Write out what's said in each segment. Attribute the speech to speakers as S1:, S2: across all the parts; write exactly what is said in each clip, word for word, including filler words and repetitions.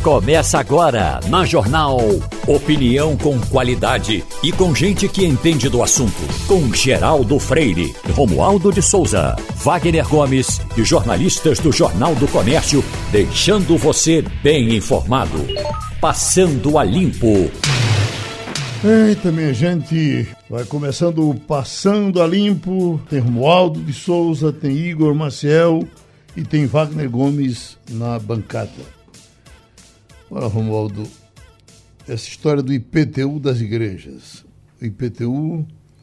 S1: Começa agora na Jornal. Opinião com qualidade e com gente que entende do assunto. Com Geraldo Freire, Romualdo de Souza, Wagner Gomes e jornalistas do Jornal do Comércio, deixando você bem informado. Passando a Limpo.
S2: Eita, minha gente, vai começando o Passando a Limpo. Tem Romualdo de Souza, tem Igor Maciel e tem Wagner Gomes na bancada. Olha, Romualdo, essa história do I P T U das igrejas. O I P T U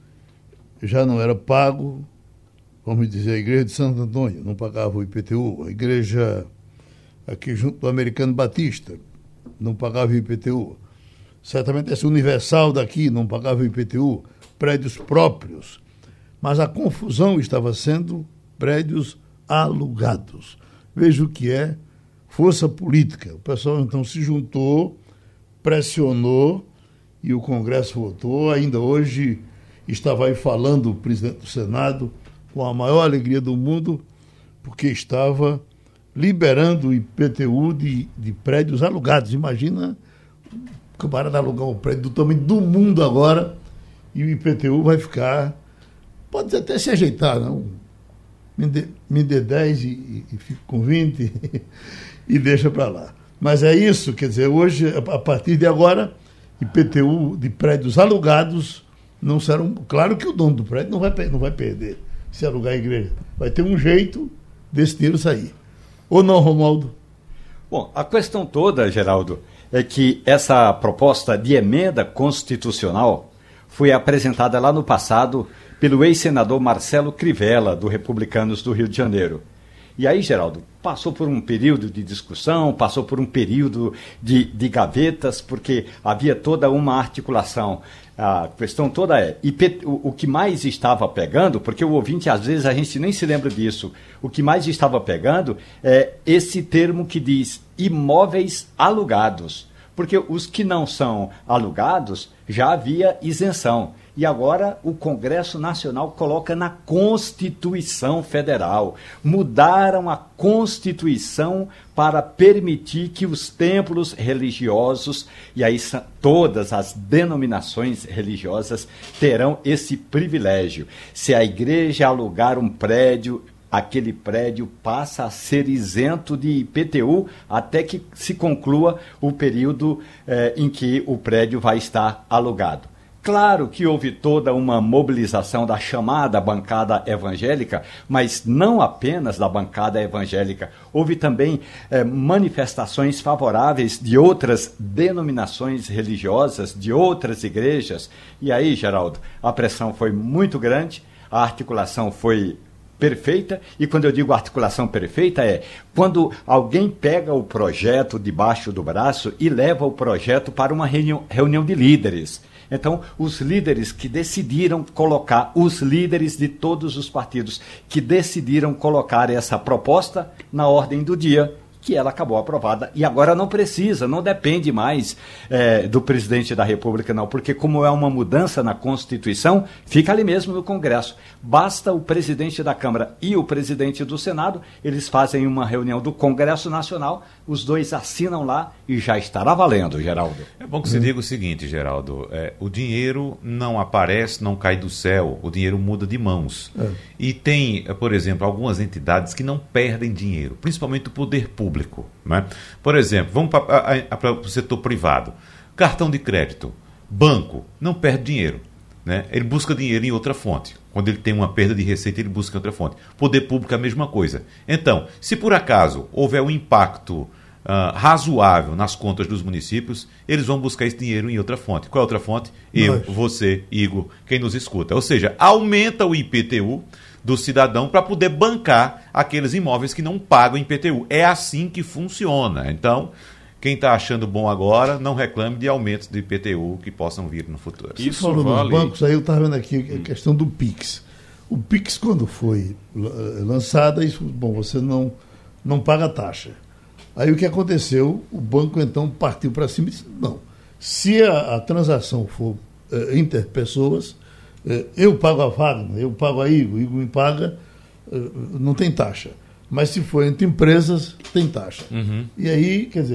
S2: já não era pago, vamos dizer, a igreja de Santo Antônio não pagava o I P T U, a igreja aqui junto do Americano Batista não pagava o I P T U. Certamente essa Universal daqui não pagava o I P T U, prédios próprios. Mas a confusão estava sendo prédios alugados. Veja o que é força política. O pessoal então se juntou, pressionou e o Congresso votou. Ainda hoje estava aí falando o presidente do Senado com a maior alegria do mundo, porque estava liberando o I P T U de, de prédios alugados. Imagina o camarada alugar um prédio do tamanho do mundo agora e o I P T U vai ficar... Pode até se ajeitar, não? Me dê, me dê dez e, e, e fico com vinte e deixa para lá. Mas é isso, quer dizer, hoje, a partir de agora, I P T U de prédios alugados não serão... Claro que o dono do prédio não vai, não vai perder se alugar a igreja. Vai ter um jeito desse dinheiro sair. Ou não, Romualdo?
S3: Bom, a questão toda, Geraldo, é que essa proposta de emenda constitucional foi apresentada lá no passado pelo ex-senador Marcelo Crivella, do Republicanos do Rio de Janeiro. E aí, Geraldo, passou por um período de discussão, passou por um período de, de gavetas, porque havia toda uma articulação. A questão toda é, o, o que mais estava pegando, porque o ouvinte, às vezes, a gente nem se lembra disso, o que mais estava pegando é esse termo que diz imóveis alugados, porque os que não são alugados já havia isenção. E agora o Congresso Nacional coloca na Constituição Federal. Mudaram a Constituição para permitir que os templos religiosos, e aí todas as denominações religiosas, terão esse privilégio. Se a igreja alugar um prédio, aquele prédio passa a ser isento de I P T U até que se conclua o período eh, em que o prédio vai estar alugado. Claro que houve toda uma mobilização da chamada bancada evangélica, mas não apenas da bancada evangélica. Houve também eh, manifestações favoráveis de outras denominações religiosas, de outras igrejas. E aí, Geraldo, a pressão foi muito grande, a articulação foi perfeita, e quando eu digo articulação perfeita é quando alguém pega o projeto debaixo do braço e leva o projeto para uma reunião, reunião de líderes. Então, os líderes que decidiram colocar, os líderes de todos os partidos que decidiram colocar essa proposta na ordem do dia, que ela acabou aprovada e agora não precisa, não depende mais é, do presidente da República, não, porque como é uma mudança na Constituição, fica ali mesmo no Congresso. Basta o presidente da Câmara e o presidente do Senado, eles fazem uma reunião do Congresso Nacional, os dois assinam lá e já estará valendo, Geraldo.
S4: É bom que você diga o seguinte, Geraldo, é, o dinheiro não aparece, não cai do céu, o dinheiro muda de mãos. É. E tem, por exemplo, algumas entidades que não perdem dinheiro, principalmente o poder público. Né? Por exemplo, vamos para o setor privado. Cartão de crédito, banco, não perde dinheiro. Né? Ele busca dinheiro em outra fonte. Quando ele tem uma perda de receita, ele busca em outra fonte. Poder público é a mesma coisa. Então, se por acaso houver um impacto uh, razoável nas contas dos municípios, eles vão buscar esse dinheiro em outra fonte. Qual é a outra fonte? Eu, Nós. Você, Igor, quem nos escuta. Ou seja, aumenta o I P T U do cidadão para poder bancar aqueles imóveis que não pagam I P T U. É assim que funciona. Então, quem está achando bom agora, não reclame de aumentos de I P T U que possam vir no futuro.
S2: Isso falou vale... dos bancos, aí eu estava vendo aqui a questão do Pix. O Pix, quando foi lançado, isso, bom, você não, não paga taxa. Aí o que aconteceu? O banco então partiu para cima e disse, não, se a, a transação for é, interpessoas, é, eu pago a Wagner, eu pago a Igor, Igor me paga, é, não tem taxa. Mas se for entre empresas, tem taxa. Uhum. E aí, quer dizer,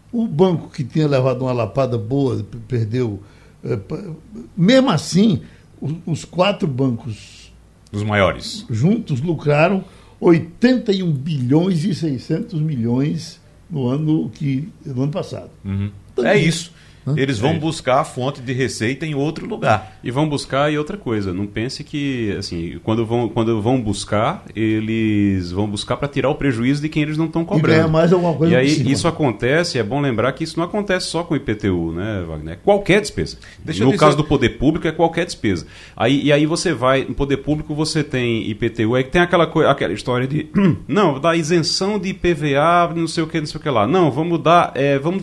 S2: O banco que tinha levado uma lapada boa, perdeu. É, mesmo assim, os, os quatro bancos
S4: os maiores
S2: juntos lucraram oitenta e um bilhões e seiscentos milhões no ano, que, no ano passado.
S4: Uhum. É isso. Eles vão é. buscar a fonte de receita em outro lugar.
S5: E vão buscar e outra coisa. Não pense que, assim, quando vão, quando vão buscar, eles vão buscar para tirar o prejuízo de quem eles não estão cobrando. E ganhar
S2: mais alguma coisa.
S5: E aí isso acontece, é bom lembrar que isso não acontece só com o I P T U, né, Wagner? É qualquer despesa. Deixa no caso do poder público, é qualquer despesa. Aí, e aí você vai, no poder público você tem I P T U, aí tem aquela, coisa, aquela história de, não, da isenção de I P V A, não sei o que, não sei o que lá. Não, vamos dar, é, vamos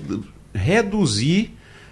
S5: reduzir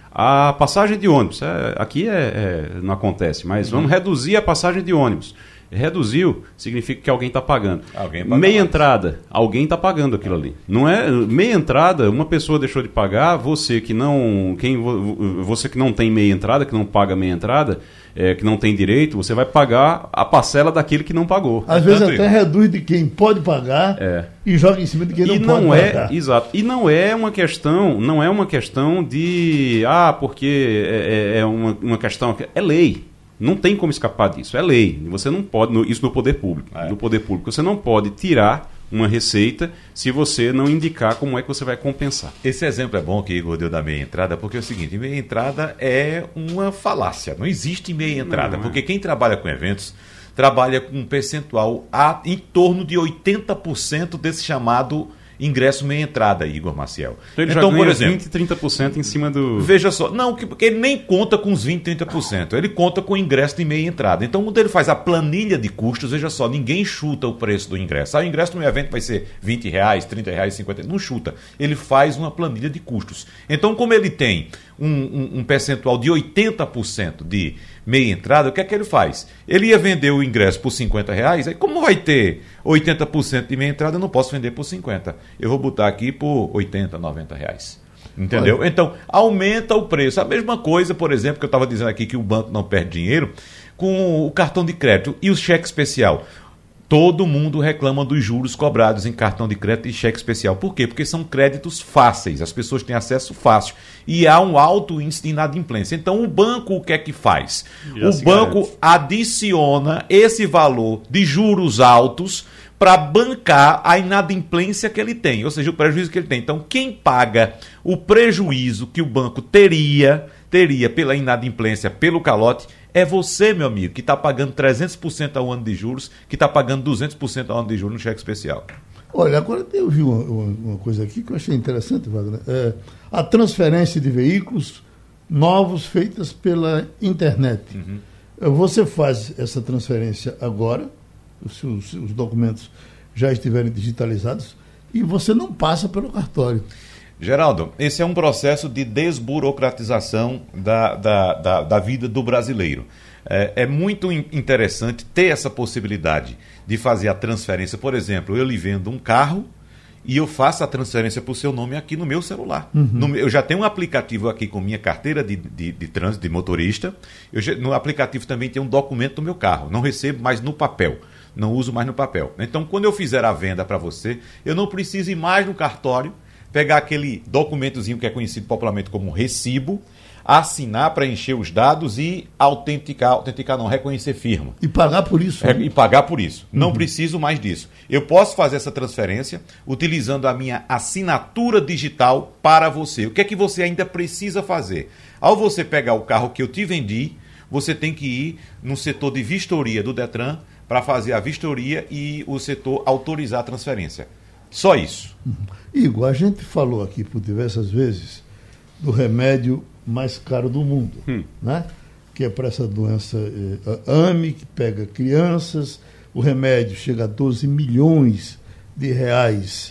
S5: a passagem de ônibus. É, aqui é, é, não acontece, mas uhum. vamos reduzir a passagem de ônibus. Reduziu, significa que alguém está pagando. Alguém paga meia mais. Entrada, alguém está pagando aquilo é. ali. Não é meia entrada, uma pessoa deixou de pagar, você que não, quem, você que não tem meia entrada, que não paga meia entrada, é, que não tem direito, você vai pagar a parcela daquele que não pagou.
S2: Às vezes até reduz de quem pode pagar é. e joga em cima de quem não, não pode
S5: é,
S2: pagar.
S5: Exato. E não é uma questão, não é uma questão de ah, porque é, é uma, uma questão. É lei. Não tem como escapar disso, é lei. Você não pode, no, isso no poder público. É. No poder público você não pode tirar uma receita se você não indicar como é que você vai compensar.
S4: Esse exemplo é bom que Igor deu da meia entrada, porque é o seguinte, meia entrada é uma falácia. Não existe meia entrada, não, porque é. quem trabalha com eventos trabalha com um percentual a, em torno de oitenta por cento desse chamado ingresso meia entrada, Igor Maciel.
S5: Então, ele então já por exemplo, vinte, trinta por cento em cima do...
S4: Veja só, não, porque ele nem conta com os vinte, trinta por cento, ele conta com o ingresso de meia entrada. Então, quando ele faz a planilha de custos, veja só, ninguém chuta o preço do ingresso. Ah, o ingresso no meu evento vai ser vinte reais, trinta reais, cinquenta reais, não chuta. Ele faz uma planilha de custos. Então, como ele tem um, um, um percentual de oitenta por cento de meia entrada, o que é que ele faz? Ele ia vender o ingresso por cinquenta reais, aí como vai ter oitenta por cento de meia entrada, eu não posso vender por cinquenta. Eu vou botar aqui por oitenta, noventa reais. Entendeu? Olha. Então, aumenta o preço. A mesma coisa, por exemplo, que eu estava dizendo aqui que o banco não perde dinheiro, com o cartão de crédito e o cheque especial. Todo mundo reclama dos juros cobrados em cartão de crédito e cheque especial. Por quê? Porque são créditos fáceis, as pessoas têm acesso fácil e há um alto índice de inadimplência. Então o banco o que é que faz? Já o banco garante. Adiciona esse valor de juros altos para bancar a inadimplência que ele tem, ou seja, o prejuízo que ele tem. Então quem paga o prejuízo que o banco teria, teria pela inadimplência, pelo calote, é você, meu amigo, que está pagando trezentos por cento ao ano de juros, que está pagando duzentos por cento ao ano de juros no cheque especial.
S2: Olha, agora eu vi uma, uma coisa aqui que eu achei interessante, Wagner. É a transferência de veículos novos feitas pela internet. Uhum. Você faz essa transferência agora, se os, os documentos já estiverem digitalizados, e você não passa pelo cartório.
S4: Geraldo, esse é um processo de desburocratização da, da, da, da vida do brasileiro. É, é muito interessante ter essa possibilidade de fazer a transferência. Por exemplo, eu lhe vendo um carro e eu faço a transferência para o seu nome aqui no meu celular. Uhum. No, eu já tenho um aplicativo aqui com minha carteira de, de, de trânsito, de motorista. Eu já, no aplicativo também tem um documento do meu carro. Não recebo mais no papel. Não uso mais no papel. Então, quando eu fizer a venda para você, eu não preciso ir mais no cartório, pegar aquele documentozinho que é conhecido popularmente como recibo, assinar, preencher os dados e autenticar, autenticar não, reconhecer firma.
S2: E pagar por isso.
S4: Né? E pagar por isso. Uhum. Não preciso mais disso. Eu posso fazer essa transferência utilizando a minha assinatura digital para você. O que é que você ainda precisa fazer? Ao você pegar o carro que eu te vendi, você tem que ir no setor de vistoria do Detran para fazer a vistoria e o setor autorizar a transferência. Só isso.
S2: Uhum. Igor, a gente falou aqui por diversas vezes do remédio mais caro do mundo, hum. né? Que é para essa doença eh, A M E, que pega crianças. O remédio chega a doze milhões de reais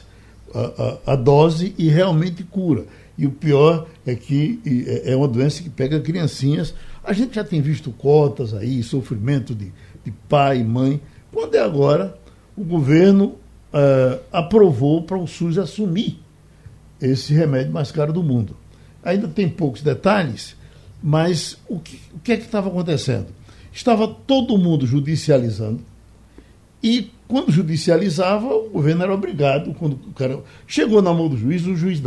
S2: a, a, a dose e realmente cura. E o pior é que é uma doença que pega criancinhas. A gente já tem visto cotas aí, sofrimento de, de pai e mãe. Quando é agora, o governo Uh, aprovou para o SUS assumir esse remédio mais caro do mundo. Ainda tem poucos detalhes, mas o que, o que é que estava acontecendo? Estava todo mundo judicializando e quando judicializava, o governo era obrigado, quando o cara chegou na mão do juiz, o juiz dá.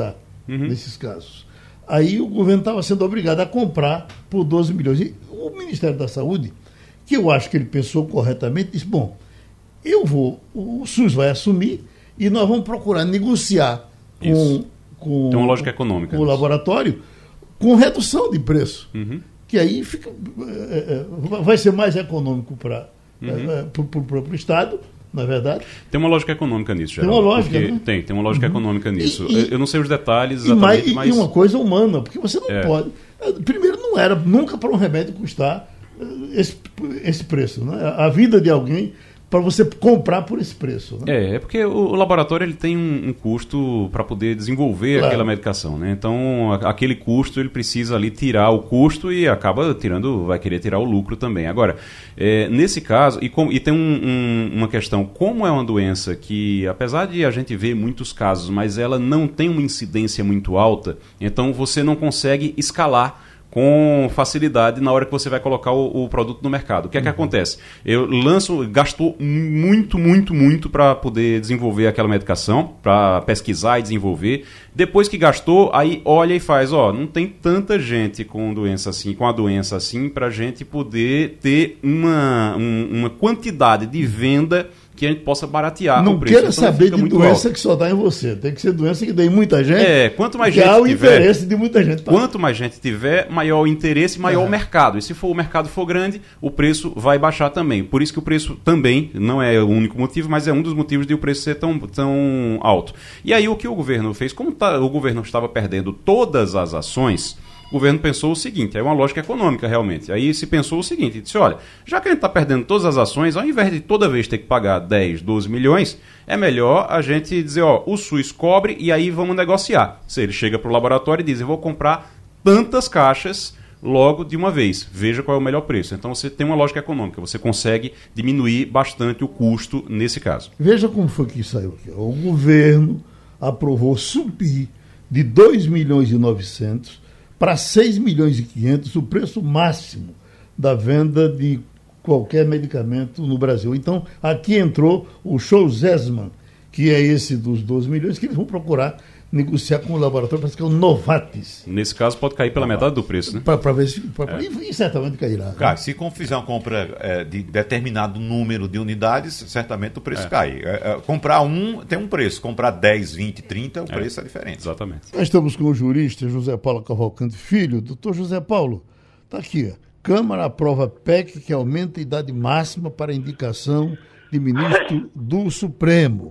S2: uhum. nesses casos. Aí o governo estava sendo obrigado a comprar por doze milhões. E o Ministério da Saúde, que eu acho que ele pensou corretamente, disse, bom, eu vou, o SUS vai assumir e nós vamos procurar negociar com, com,
S5: Tem uma lógica econômica
S2: com o laboratório com redução de preço.
S5: Uhum.
S2: Que aí fica, é, é, vai ser mais econômico para uhum. é, o próprio Estado, na verdade.
S5: Tem uma lógica econômica nisso, Geraldo.
S2: Tem uma lógica, né?
S5: Tem, tem uma lógica uhum. econômica nisso.
S2: E, e,
S5: eu não sei os detalhes
S2: exatamente,
S5: e, mais,
S2: mas... E uma coisa humana, porque você não
S5: é.
S2: pode... Primeiro, não era nunca para um remédio custar esse, esse preço. Né? A vida de alguém... para você comprar por esse preço. Né?
S5: É, é porque o, o laboratório ele tem um, um custo para poder desenvolver claro. aquela medicação, né? Então, a, aquele custo, ele precisa ali tirar o custo e acaba tirando, vai querer tirar o lucro também. Agora, é, nesse caso, e, com, e tem um, um, uma questão, como é uma doença que, apesar de a gente ver muitos casos, mas ela não tem uma incidência muito alta, então você não consegue escalar com facilidade na hora que você vai colocar o, o produto no mercado. O que é que uhum. acontece? Eu lanço, gastou muito, muito, muito para poder desenvolver aquela medicação, para pesquisar e desenvolver. Depois que gastou, aí olha e faz, ó, não tem tanta gente com doença assim, com a doença assim, para a gente poder ter uma, um, uma quantidade de venda que a gente possa baratear
S2: não
S5: o preço.
S2: Queira
S5: então,
S2: saber de doença
S5: alto.
S2: que só dá em você. Tem que ser doença que dá em muita gente.
S5: É, quanto mais
S2: que
S5: gente
S2: há o
S5: tiver,
S2: interesse de muita gente. Tá?
S5: Quanto mais gente tiver, maior o interesse, maior é. o mercado. E se for o mercado for grande, o preço vai baixar também. Por isso que o preço também não é o único motivo, mas é um dos motivos de o preço ser tão, tão alto. E aí o que o governo fez? Como tá, o governo estava perdendo todas as ações, o governo pensou o seguinte, é uma lógica econômica realmente, aí se pensou o seguinte, disse, olha, já que a gente está perdendo todas as ações, ao invés de toda vez ter que pagar dez, doze milhões, é melhor a gente dizer, ó, o SUS cobre e aí vamos negociar. Se ele chega para o laboratório e diz, eu vou comprar tantas caixas logo de uma vez, veja qual é o melhor preço. Então você tem uma lógica econômica, você consegue diminuir bastante o custo nesse caso.
S2: Veja como foi que saiu aqui. O governo aprovou subir de dois milhões e novecentos para seis milhões e quinhentos o preço máximo da venda de qualquer medicamento no Brasil. Então, aqui entrou o Shouzesman, que é esse dos doze milhões, que eles vão procurar negociar com o laboratório, parece que é o Novartis.
S5: Nesse caso, pode cair pela metade do preço, né?
S2: Para ver se... Pra, é. e, e certamente cairá.
S4: Cara, né? Se fizer uma compra é, de determinado número de unidades, certamente o preço é. cai. É, é, comprar um tem um preço, comprar dez, vinte, trinta, o é. preço é diferente.
S5: Exatamente.
S2: Nós estamos com o jurista José Paulo Cavalcante Filho. Doutor José Paulo, está aqui. Câmara aprova P E C que aumenta a idade máxima para indicação de ministro do Supremo.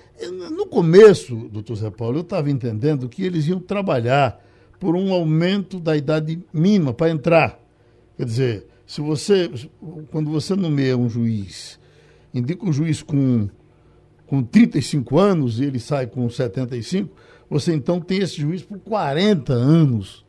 S2: No começo, doutor Zé Paulo, eu estava entendendo que eles iam trabalhar por um aumento da idade mínima para entrar. Quer dizer, se você, quando você nomeia um juiz, indica um juiz com, com trinta e cinco anos e ele sai com setenta e cinco, você então tem esse juiz por quarenta anos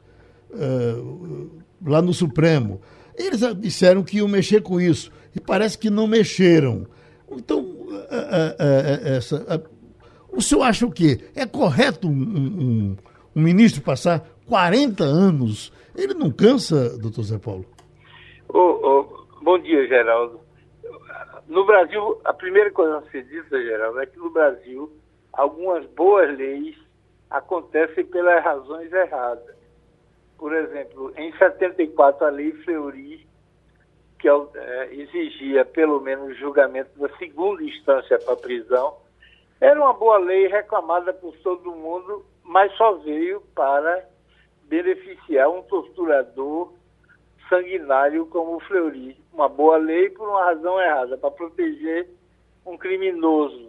S2: uh, lá no Supremo. Eles disseram que iam mexer com isso e parece que não mexeram. Então, uh, uh, uh, essa... Uh, o senhor acha o quê? É correto um, um, um ministro passar quarenta anos? Ele não cansa, doutor Zé Paulo?
S6: Oh, oh, bom dia, Geraldo. No Brasil, a primeira coisa a ser dita, Geraldo, é que no Brasil algumas boas leis acontecem pelas razões erradas. Por exemplo, em setenta e quatro, a Lei Fleury, que é, exigia pelo menos julgamento da segunda instância para prisão, era uma boa lei reclamada por todo mundo, mas só veio para beneficiar um torturador sanguinário como o Fleury. Uma boa lei por uma razão errada, para proteger um criminoso.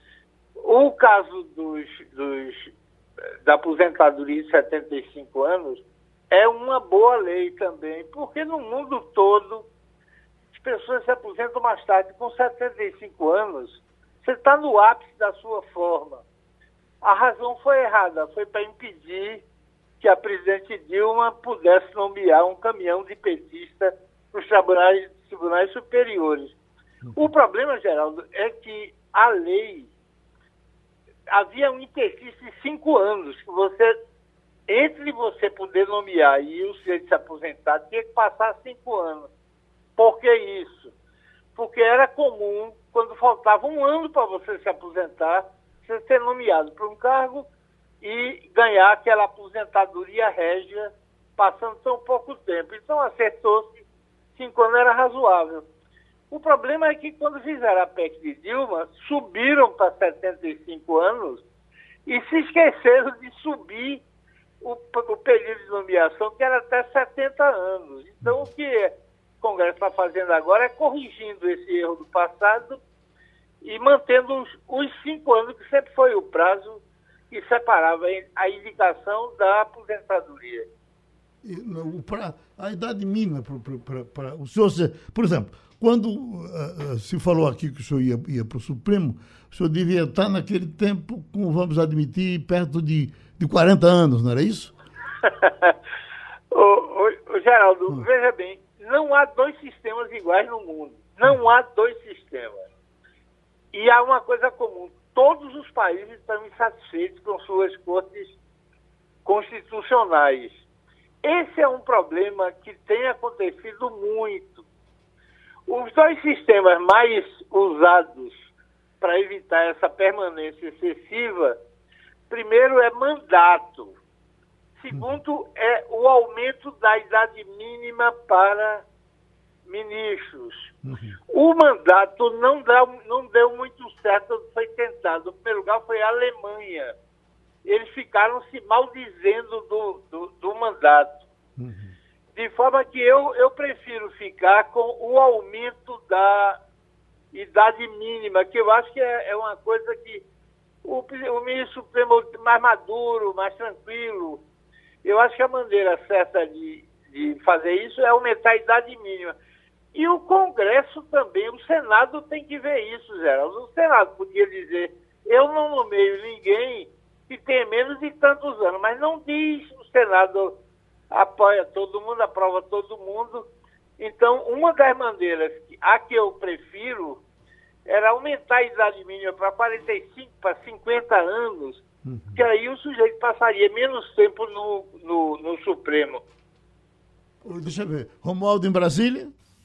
S6: O caso dos, dos, da aposentadoria de setenta e cinco anos é uma boa lei também, porque no mundo todo as pessoas se aposentam mais tarde. Com setenta e cinco anos, você está no ápice da sua forma. A razão foi errada, foi para impedir que a presidente Dilma pudesse nomear um caminhão de petista para os tribunais, tribunais superiores. O problema, Geraldo, é que a lei havia um interstício de cinco anos, que você, entre você poder nomear e o sujeito se aposentar, tinha que passar cinco anos. Por que isso? Porque era comum, quando faltava um ano para você se aposentar, você ser nomeado para um cargo e ganhar aquela aposentadoria régia, passando tão pouco tempo. Então acertou-se, cinco anos era razoável. O problema é que quando fizeram a P E C de Dilma, subiram para setenta e cinco anos e se esqueceram de subir o, o período de nomeação, que era até setenta anos. Então o que o Congresso está fazendo agora é corrigindo esse erro do passado e mantendo os, os cinco anos, que sempre foi o prazo que separava a indicação da aposentadoria.
S2: E, não, pra, a idade mínima para o senhor, por exemplo, quando uh, uh, se falou aqui que o senhor ia, ia para o Supremo, o senhor devia estar naquele tempo, como vamos admitir, perto de, de quarenta anos, não era isso?
S6: ô, ô, ô, Geraldo, hum. veja bem, não há dois sistemas iguais no mundo. Não há dois sistemas. E há uma coisa comum. Todos os países estão insatisfeitos com suas cortes constitucionais. Esse é um problema que tem acontecido muito. Os dois sistemas mais usados para evitar essa permanência excessiva, primeiro é mandato. Segundo é o aumento da idade mínima para ministros. Uhum. O mandato não, dá, não deu muito certo, foi tentado. O primeiro lugar foi a Alemanha. Eles ficaram se maldizendo do, do, do mandato. Uhum. De forma que eu, eu prefiro ficar com o aumento da idade mínima, que eu acho que é, é uma coisa que o, o ministro Supremo mais maduro, mais tranquilo, eu acho que a maneira certa de, de fazer isso é aumentar a idade mínima. E o Congresso também, o Senado tem que ver isso, Geraldo. O Senado podia dizer, eu não nomeio ninguém que tenha menos de tantos anos, mas não diz, o Senado apoia todo mundo, aprova todo mundo. Então, uma das maneiras, a que eu prefiro, era aumentar a idade mínima para quarenta e cinco, para cinquenta anos, uhum. que aí o sujeito passaria menos tempo no, no, no Supremo.
S2: Deixa eu ver. Romualdo, em Brasília?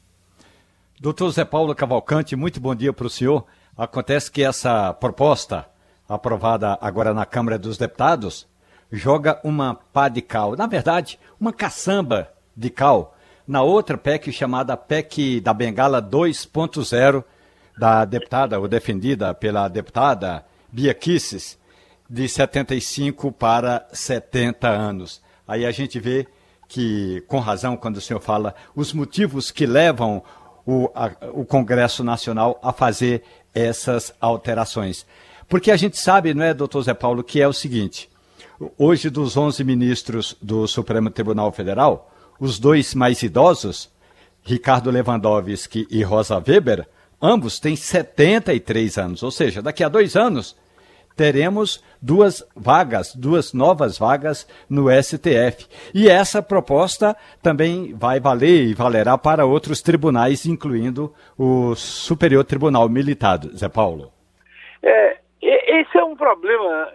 S3: Doutor Zé Paulo Cavalcante, muito bom dia para o senhor. Acontece que essa proposta, aprovada agora na Câmara dos Deputados, joga uma pá de cal, na verdade, uma caçamba de cal, na outra P E C chamada P E C da Bengala dois ponto zero, da deputada, ou defendida pela deputada Bia Kicis, de setenta e cinco para setenta anos. Aí a gente vê que, com razão, quando o senhor fala os motivos que levam o, a, o Congresso Nacional a fazer essas alterações. Porque a gente sabe, não é, doutor Zé Paulo, que é o seguinte, hoje dos onze ministros do Supremo Tribunal Federal, os dois mais idosos, Ricardo Lewandowski e Rosa Weber, ambos têm setenta e três anos, ou seja, daqui a dois anos teremos duas vagas, duas novas vagas no S T F. E essa proposta também vai valer e valerá para outros tribunais, incluindo o Superior Tribunal Militar, Zé Paulo.
S6: É, esse é um problema,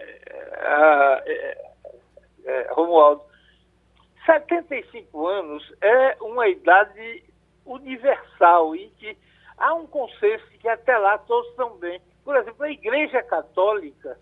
S6: é, é, é, Romualdo. setenta e cinco anos é uma idade universal e que há um consenso de que até lá todos estão bem. Por exemplo, a Igreja Católica,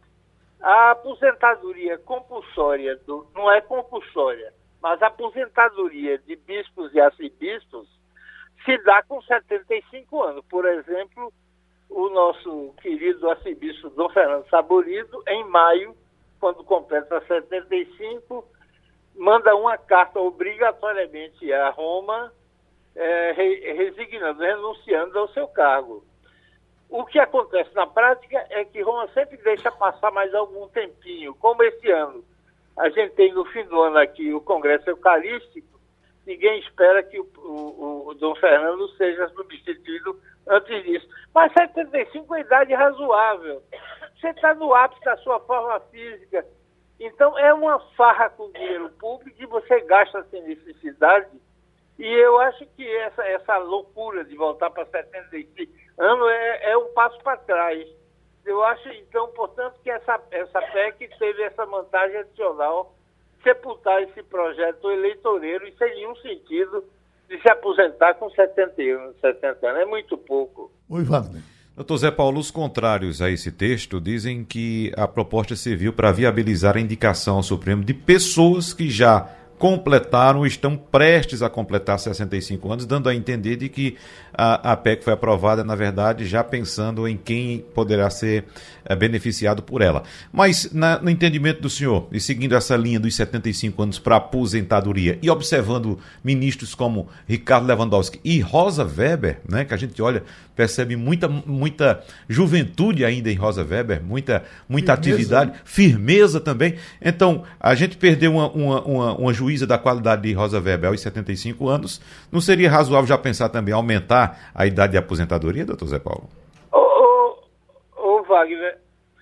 S6: a aposentadoria compulsória, do, não é compulsória, mas a aposentadoria de bispos e arcebispos se dá com setenta e cinco anos. Por exemplo, o nosso querido arcebispo Dom Fernando Saborido, em maio, quando completa setenta e cinco, manda uma carta obrigatoriamente a Roma, é, resignando, renunciando ao seu cargo. O que acontece na prática é que Roma sempre deixa passar mais algum tempinho. Como esse ano a gente tem no fim do ano aqui o Congresso Eucarístico, ninguém espera que o, o, o Dom Fernando seja substituído antes disso. Mas setenta e cinco é uma idade razoável. Você está no ápice da sua forma física. Então é uma farra com dinheiro público que você gasta sem necessidade. E eu acho que essa, essa loucura de voltar para setenta e cinco anos é, é um passo para trás. Eu acho, então, portanto, que essa, essa P E C teve essa vantagem adicional, sepultar esse projeto eleitoreiro e sem nenhum sentido de se aposentar com setenta anos. setenta anos. É muito pouco.
S2: Oi, Wagner.
S4: Doutor Zé Paulo, os contrários a esse texto dizem que a proposta serviu para viabilizar a indicação ao Supremo de pessoas que já completaram, estão prestes a completar sessenta e cinco anos, dando a entender de que a, a P E C foi aprovada, na verdade, já pensando em quem poderá ser é, beneficiado por ela. Mas, na, no entendimento do senhor, e seguindo essa linha dos setenta e cinco anos para aposentadoria, e observando ministros como Ricardo Lewandowski e Rosa Weber, né, que a gente olha, percebe muita, muita juventude ainda em Rosa Weber, muita, muita atividade, firmeza também. Então, a gente perdeu uma, uma, uma, uma juíza da qualidade de Rosa Weber aos setenta e cinco anos, não seria razoável já pensar também em aumentar a idade de aposentadoria, doutor Zé Paulo?
S6: Ô, ô, ô Wagner,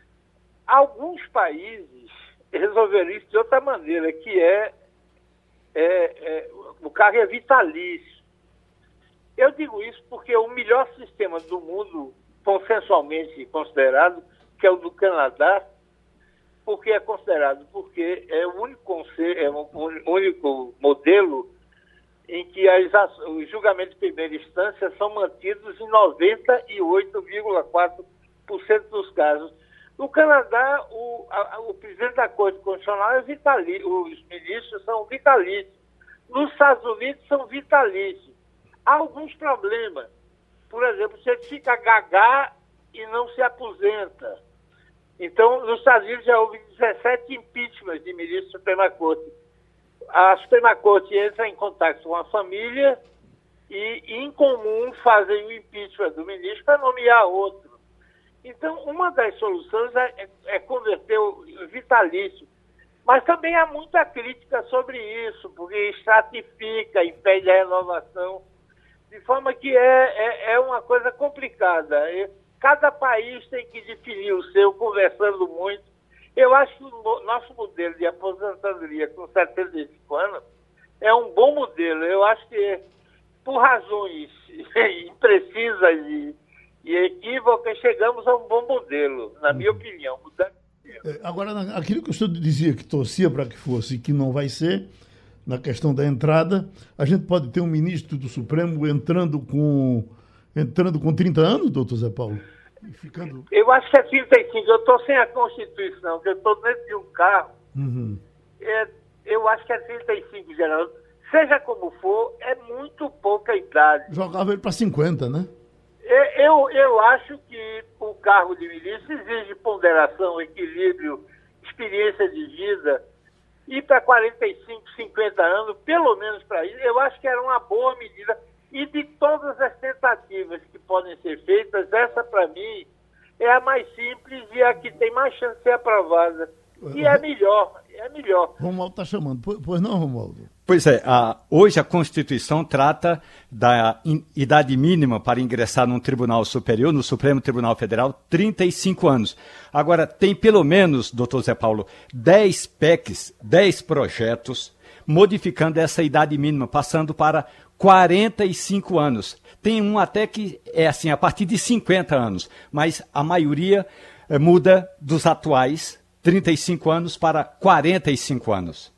S6: alguns países resolveram isso de outra maneira, que é, é, é o cargo é vitalício. Eu digo isso porque o melhor sistema do mundo, consensualmente considerado, que é o do Canadá, porque é considerado, porque é o único, conselho, é o único modelo em que as, os julgamentos de primeira instância são mantidos em noventa e oito vírgula quatro por cento dos casos. No Canadá, o, a, o presidente da Corte Constitucional é vitalício, os ministros são vitalícios. Nos Estados Unidos são vitalícios. Há alguns problemas. Por exemplo, você fica gagá e não se aposenta. Então, nos Estados Unidos já houve dezessete impeachments de ministros da Suprema Corte. A Suprema Corte entra em contato com a família e, em comum, fazem o impeachment do ministro para nomear outro. Então, uma das soluções é, é converter o vitalício. Mas também há muita crítica sobre isso, porque estratifica, impede a renovação, de forma que é, é, é uma coisa complicada. Cada país tem que definir o seu, conversando muito. Eu acho que o nosso modelo de aposentadoria com setenta e cinco anos é um bom modelo. Eu acho que, por razões imprecisas e, e equívocas, chegamos a um bom modelo, na minha opinião.
S2: Agora, aquilo que o senhor dizia que torcia para que fosse e que não vai ser, na questão da entrada, a gente pode ter um ministro do Supremo entrando com, entrando com trinta anos, doutor Zé Paulo? Ficando...
S6: Eu acho que é trinta e cinco. Eu estou sem a Constituição, que eu estou dentro de um carro.
S2: Uhum.
S6: É, eu acho que é trinta e cinco, Geraldo. Seja como for, é muito pouca idade.
S2: Jogava ele para cinquenta, né?
S6: Eu, eu acho que o cargo de ministro exige ponderação, equilíbrio, experiência de vida. E para quarenta e cinco, cinquenta anos, pelo menos para isso, eu acho que era uma boa medida. E de todas as tentativas que podem ser feitas, essa, para mim, é a mais simples e a que tem mais chance de ser aprovada. E é melhor, é melhor.
S2: Romualdo está chamando. Pois não, Romualdo?
S3: Pois é, a, hoje a Constituição trata da in, idade mínima para ingressar num tribunal superior, no Supremo Tribunal Federal, trinta e cinco anos. Agora, tem pelo menos, doutor Zé Paulo, dez P E Cs, dez projetos, modificando essa idade mínima, passando para quarenta e cinco anos. Tem um até que é assim, a partir de cinquenta anos, mas a maioria eh, muda dos atuais trinta e cinco anos para quarenta e cinco anos.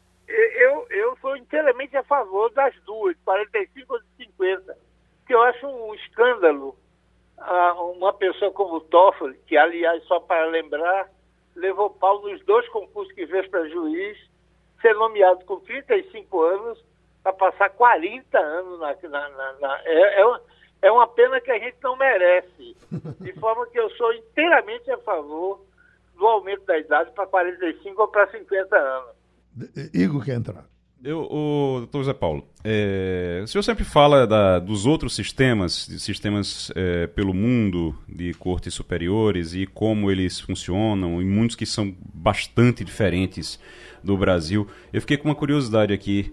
S6: Eu, eu sou inteiramente a favor das duas, quarenta e cinco ou cinquenta, porque eu acho um escândalo uh, uma pessoa como o Toffoli, que, aliás, só para lembrar, levou pau nos dois concursos que fez para juiz, ser nomeado com trinta e cinco anos, para passar quarenta anos na... na, na, na é, é, uma, é uma pena que a gente não merece. De forma que eu sou inteiramente a favor do aumento da idade para quarenta e cinco ou para cinquenta anos.
S2: Igor quer entrar.
S5: Eu, o doutor Zé Paulo, é, o senhor sempre fala da, dos outros sistemas, de sistemas é, pelo mundo de cortes superiores e como eles funcionam, e muitos que são bastante diferentes do Brasil. Eu fiquei com uma curiosidade aqui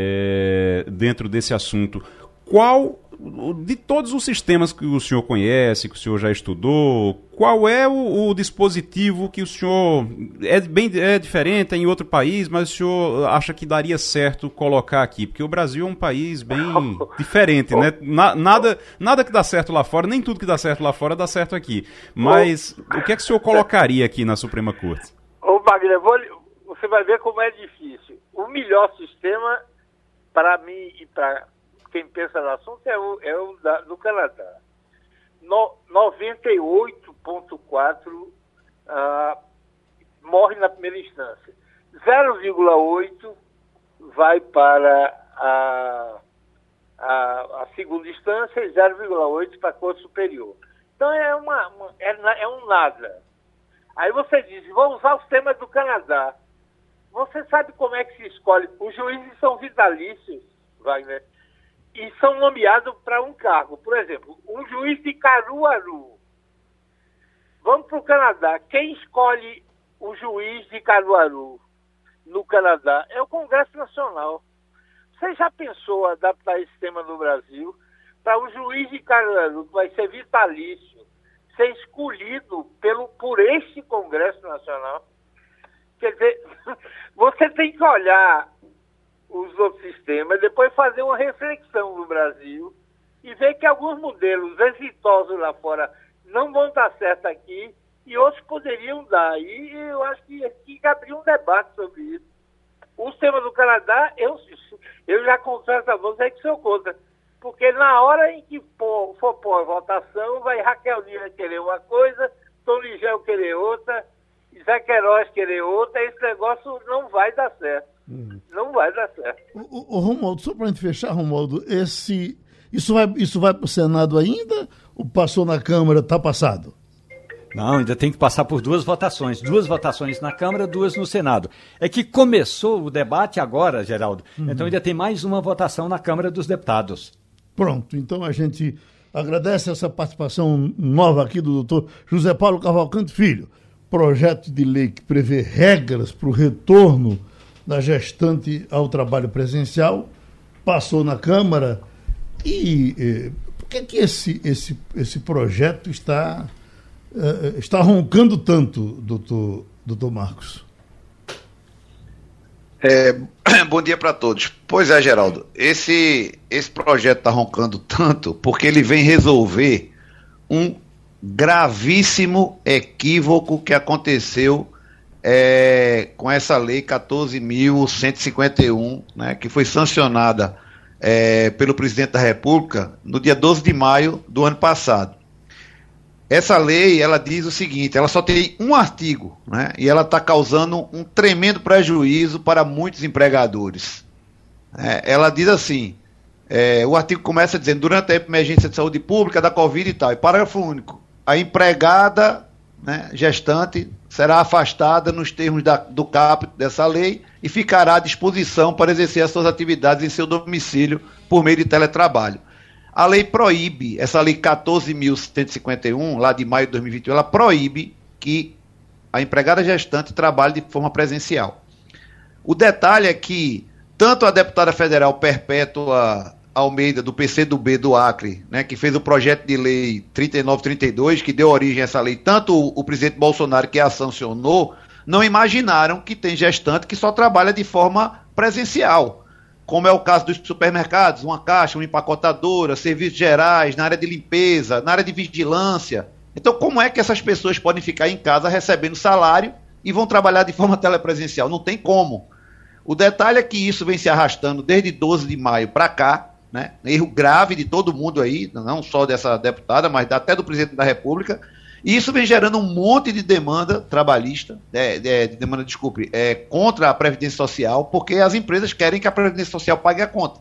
S5: é, dentro desse assunto. Qual, de todos os sistemas que o senhor conhece, que o senhor já estudou, qual é o, o dispositivo que o senhor... É, bem, é diferente, é em outro país, mas o senhor acha que daria certo colocar aqui? Porque o Brasil é um país bem diferente, né? Na, nada, nada que dá certo lá fora, nem tudo que dá certo lá fora dá certo aqui. Mas o que é que o senhor colocaria aqui na Suprema Corte?
S6: Ô, Wagner, vou, você vai ver como é difícil. O melhor sistema, para mim e para... quem pensa no assunto é o, é o da, do Canadá. no, noventa e oito vírgula quatro uh, morre na primeira instância. zero vírgula oito vai para a, a, a segunda instância e zero vírgula oito para a Corte Superior. Então é, uma, uma, é, é um nada. Aí você diz, vou usar o sistema do Canadá. Você sabe como é que se escolhe? Os juízes são vitalícios, Wagner, e são nomeados para um cargo. Por exemplo, um juiz de Caruaru. Vamos para o Canadá. Quem escolhe o juiz de Caruaru no Canadá é o Congresso Nacional. Você já pensou adaptar esse sistema no Brasil para o juiz de Caruaru, que vai ser vitalício, ser escolhido pelo, por este Congresso Nacional? Quer dizer, você tem que olhar os outros sistemas, depois fazer uma reflexão no Brasil e ver que alguns modelos exitosos lá fora não vão dar certo aqui e outros poderiam dar. E eu acho que tem que abrir um debate sobre isso. O sistema do Canadá, eu, eu já confesso a você que sou contra. Porque na hora em que for, for pôr a votação, vai Raquel Lira querer uma coisa, Tom Ligel querer outra, Zé Queiroz querer outra, esse negócio não vai dar certo. Uhum. Não vai dar certo.
S2: O, o, o Romualdo, só para a gente fechar, Romualdo, esse, isso vai, isso vai para o Senado ainda? Ou passou na Câmara, está passado?
S3: Não, ainda tem que passar por duas votações. Duas votações na Câmara, duas no Senado. É que começou o debate agora, Geraldo. Uhum. Então ainda tem mais uma votação na Câmara dos Deputados.
S2: Pronto, então a gente agradece essa participação nova aqui do doutor José Paulo Cavalcante Filho. Projeto de lei que prevê regras para o retorno da gestante ao trabalho presencial, passou na Câmara. E eh, por que, que esse, esse, esse projeto está, eh, está roncando tanto, doutor, doutor Marcos?
S7: É, bom dia para todos. Pois é, Geraldo, esse, esse projeto está roncando tanto porque ele vem resolver um gravíssimo equívoco que aconteceu é, com essa lei quatorze mil cento e cinquenta e um, né, que foi sancionada é, pelo presidente da República no dia doze de maio do ano passado. Essa lei, ela diz o seguinte, ela só tem um artigo, né, e ela está causando um tremendo prejuízo para muitos empregadores. É, ela diz assim, é, o artigo começa dizendo, durante a emergência de saúde pública, da Covid e tal, e parágrafo único, a empregada, né, gestante será afastada nos termos da, do caput dessa lei e ficará à disposição para exercer as suas atividades em seu domicílio por meio de teletrabalho. A lei proíbe, essa lei quatorze mil cento e cinquenta e um, lá de maio de dois mil e vinte e um, ela proíbe que a empregada gestante trabalhe de forma presencial. O detalhe é que tanto a deputada federal Perpétua Almeida, do P C do B do Acre, né, que fez o projeto de lei trinta e nove trinta e dois, que deu origem a essa lei, tanto o, o presidente Bolsonaro, que a sancionou, não imaginaram que tem gestante que só trabalha de forma presencial, como é o caso dos supermercados, uma caixa, uma empacotadora, serviços gerais, na área de limpeza, na área de vigilância. Então, como é que essas pessoas podem ficar em casa recebendo salário e vão trabalhar de forma telepresencial? Não tem como. O detalhe é que isso vem se arrastando desde doze de maio para cá, né? Erro grave de todo mundo aí, não só dessa deputada, mas até do presidente da República, e isso vem gerando um monte de demanda trabalhista, é, é, de demanda, desculpe, é, contra a Previdência Social, porque as empresas querem que a Previdência Social pague a conta.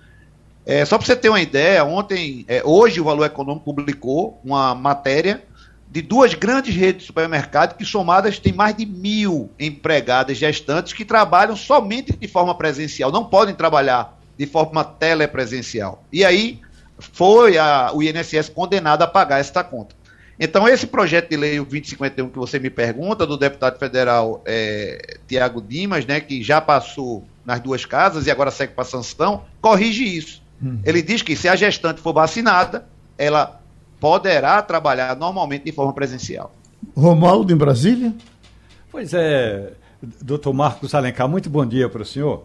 S7: É, só para você ter uma ideia, ontem, é, hoje o Valor Econômico publicou uma matéria de duas grandes redes de supermercados que somadas têm mais de mil empregadas gestantes que trabalham somente de forma presencial, não podem trabalhar de forma telepresencial. E aí foi a, o I N S S condenado a pagar esta conta. Então, esse projeto de lei, o vinte e cinquenta e um, que você me pergunta, do deputado federal é, Tiago Dimas, né, que já passou nas duas casas e agora segue para sanção, corrige isso. Hum. Ele diz que se a gestante for vacinada, ela poderá trabalhar normalmente de forma presencial.
S2: Romualdo, em Brasília?
S3: Pois é, doutor Marcos Alencar, muito bom dia para o senhor.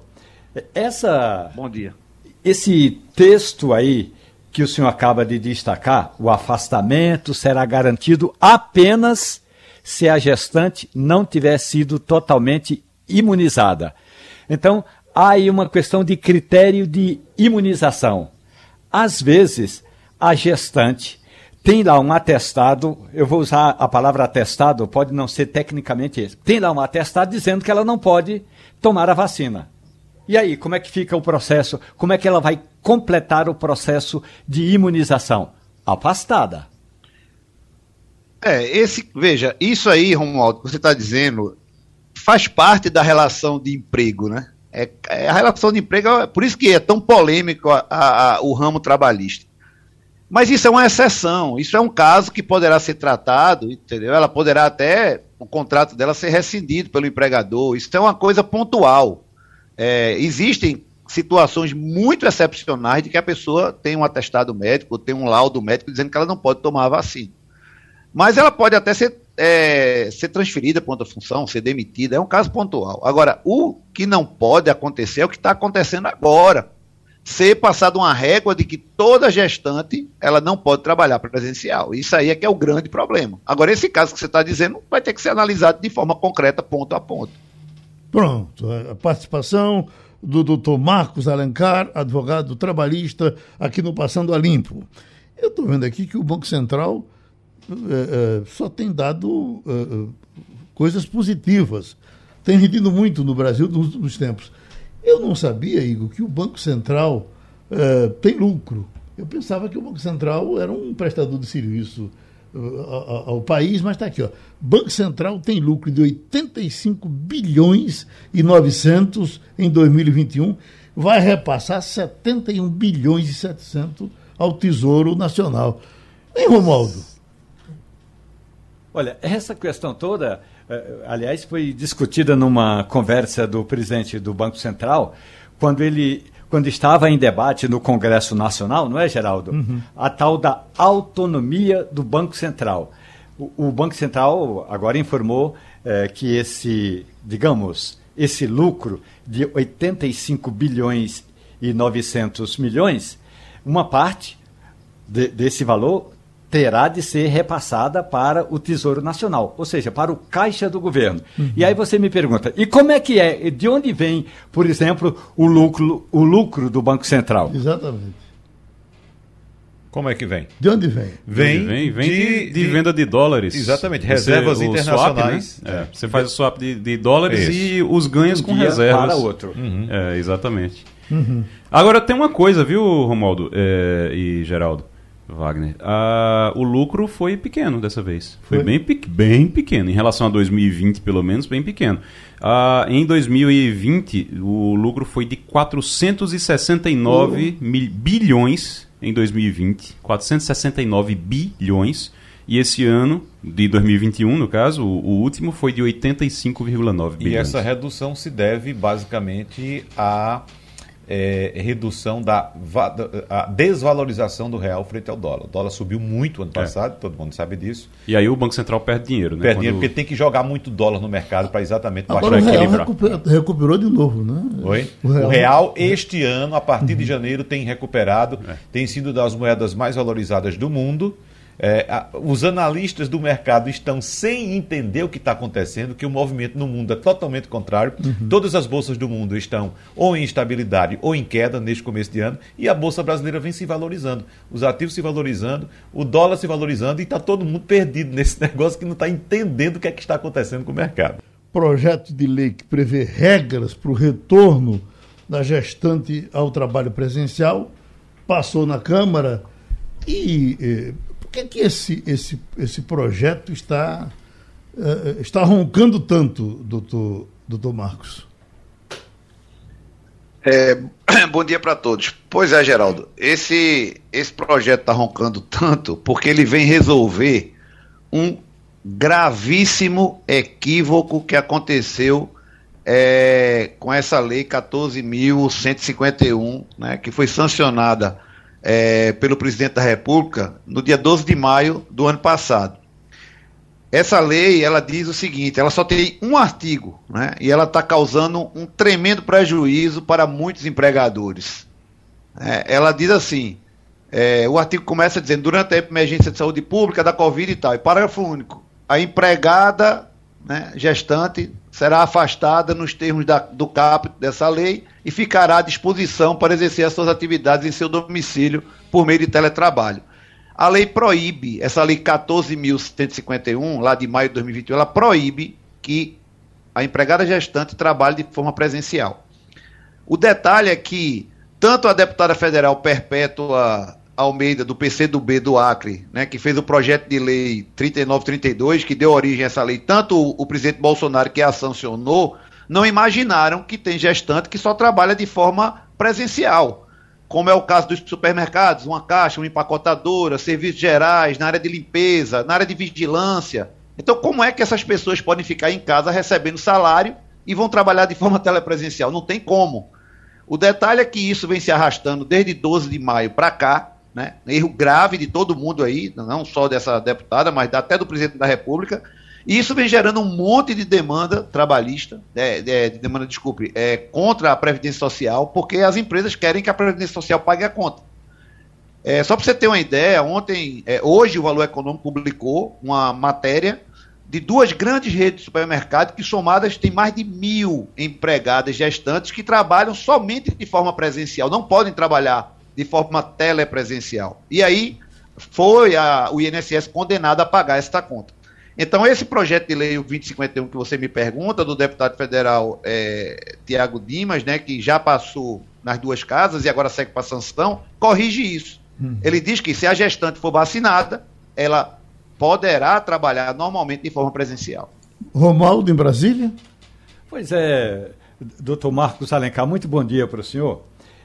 S3: Essa,
S7: bom dia.
S3: Esse texto aí que o senhor acaba de destacar, o afastamento será garantido apenas se a gestante não tiver sido totalmente imunizada. Então, há aí uma questão de critério de imunização. Às vezes, a gestante tem lá um atestado, eu vou usar a palavra atestado, pode não ser tecnicamente esse, tem lá um atestado dizendo que ela não pode tomar a vacina. E aí, como é que fica o processo? Como é que ela vai completar o processo de imunização? Afastada.
S7: É, esse, veja, isso aí, Romualdo, que você está dizendo, faz parte da relação de emprego, né? É, é a relação de emprego, é por isso que é tão polêmico a, a, a, o ramo trabalhista. Mas isso é uma exceção, isso é um caso que poderá ser tratado, entendeu? Ela poderá até, o contrato dela ser rescindido pelo empregador, isso é uma coisa pontual. É, existem situações muito excepcionais de que a pessoa tem um atestado médico, tem um laudo médico dizendo que ela não pode tomar a vacina. Mas ela pode até ser, é, ser transferida para outra função, ser demitida, é um caso pontual. Agora, o que não pode acontecer é o que está acontecendo agora. Ser passado uma régua de que toda gestante ela não pode trabalhar presencial. Isso aí é que é o grande problema. Agora, esse caso que você está dizendo vai ter que ser analisado de forma concreta, ponto a ponto.
S2: Pronto, a participação do doutor Marcos Alencar, advogado trabalhista, aqui no Passando a Limpo. Eu estou vendo aqui que o Banco Central é, é, só tem dado é, coisas positivas. Tem rendido muito no Brasil nos últimos tempos. Eu não sabia, Igor, que o Banco Central uh, tem lucro. Eu pensava que o Banco Central era um prestador de serviço uh, ao, ao país, mas está aqui, ó. Banco Central tem lucro de oitenta e cinco bilhões e novecentos em dois mil e vinte e um, vai repassar setenta e um bilhões e setecentos ao Tesouro Nacional. Hein, Romualdo?
S3: Olha, essa questão toda, aliás, foi discutida numa conversa do presidente do Banco Central, quando ele, quando estava em debate no Congresso Nacional, não é, Geraldo? Uhum. A tal da autonomia do Banco Central. O, o Banco Central agora informou eh, que esse, digamos, esse lucro de oitenta e cinco bilhões e novecentos milhões, uma parte de, desse valor terá de ser repassada para o Tesouro Nacional, ou seja, para o caixa do governo. Uhum. E aí você me pergunta, e como é que é, de onde vem, por exemplo, o lucro, o lucro do Banco Central?
S2: Exatamente.
S4: Como é que vem?
S2: De onde vem?
S5: Vem, vem, vem de, de, de venda de dólares.
S4: Exatamente, reservas você, internacionais.
S5: Swap, né? é, você faz o swap de, de dólares Isso. e os ganhos com reservas.
S3: Para outro.
S5: Uhum. É, exatamente. Uhum. Agora tem uma coisa, viu, Romualdo é, e Geraldo? Wagner, ah, o lucro foi pequeno dessa vez. Foi, foi? Bem, bem pequeno. Em relação a dois mil e vinte, pelo menos, bem pequeno. Ah, em dois mil e vinte, o lucro foi de quatrocentos e sessenta e nove oh. mil, bilhões em dois mil e vinte. quatrocentos e sessenta e nove bilhões. E esse ano, de dois mil e vinte e um, no caso, o, o último foi de oitenta e cinco vírgula nove bilhões.
S4: E essa redução se deve, basicamente, a... É, redução da a desvalorização do real frente ao dólar. O dólar subiu muito ano passado, é. todo mundo sabe disso.
S5: E aí o Banco Central perde dinheiro, né?
S4: Perde Quando... dinheiro porque tem que jogar muito dólar no mercado para exatamente
S2: baixar o real recuperou, recuperou de novo, né?
S4: Oi? O real, o real este ano, a partir de janeiro, tem recuperado, é. tem sido das moedas mais valorizadas do mundo. É, a, os analistas do mercado estão sem entender o que está acontecendo, que o movimento no mundo é totalmente contrário. Uhum. Todas as bolsas do mundo estão ou em instabilidade ou em queda neste começo de ano, e a bolsa brasileira vem se valorizando. Os ativos se valorizando, o dólar se valorizando, e está todo mundo perdido nesse negócio que não está entendendo o que é que está acontecendo com o mercado.
S2: Projeto de lei que prevê regras para o retorno da gestante ao trabalho presencial passou na Câmara e... Eh, Por que, que esse, esse, esse projeto está, uh, está roncando tanto, doutor, doutor Marcos?
S7: É, bom dia para todos. Pois é, Geraldo, esse, esse projeto está roncando tanto porque ele vem resolver um gravíssimo equívoco que aconteceu é, com essa lei quatorze mil cento e cinquenta e um, né, que foi sancionada É, pelo presidente da República no dia doze de maio do ano passado. Essa lei, ela diz o seguinte, ela só tem um artigo, né, e ela está causando um tremendo prejuízo para muitos empregadores. É, ela diz assim, é, o artigo começa dizendo, durante a emergência de saúde pública da Covid e tal, e parágrafo único, a empregada, né, gestante será afastada nos termos da, do caput dessa lei e ficará à disposição para exercer as suas atividades em seu domicílio por meio de teletrabalho. a lei proíbe, essa lei quatorze mil cento e cinquenta e um, lá de maio de dois mil e vinte e um, ela proíbe que a empregada gestante trabalhe de forma presencial. O detalhe é que tanto a deputada federal Perpétua Almeida, do P C do B do Acre, né, que fez o projeto de lei trinta e nove trinta e dois, que deu origem a essa lei, tanto o, o presidente Bolsonaro, que a sancionou, não imaginaram que tem gestante que só trabalha de forma presencial, como é o caso dos supermercados, uma caixa, uma empacotadora, serviços gerais, na área de limpeza, na área de vigilância. Então, como é que essas pessoas podem ficar em casa recebendo salário e vão trabalhar de forma telepresencial? Não tem como. O detalhe é que isso vem se arrastando desde doze de maio para cá, né? Erro grave de todo mundo aí, não só dessa deputada, mas até do presidente da República, e isso vem gerando um monte de demanda trabalhista, é, é, de demanda, desculpe, é, contra a Previdência Social, porque as empresas querem que a Previdência Social pague a conta. É, só para você ter uma ideia, ontem, é, hoje o Valor Econômico publicou uma matéria de duas grandes redes de supermercados que somadas têm mais de mil empregadas gestantes que trabalham somente de forma presencial, não podem trabalhar de forma telepresencial. E aí foi a, o I N S S condenado a pagar essa conta. Então, esse projeto de lei, o vinte e cinquenta e um, que você me pergunta, do deputado federal é, Tiago Dimas, né, que já passou nas duas casas e agora segue para sanção, corrige isso. Hum. Ele diz que se a gestante for vacinada, ela poderá trabalhar normalmente de forma presencial.
S2: Romualdo, em Brasília?
S3: Pois é, doutor Marcos Alencar, muito bom dia para o senhor.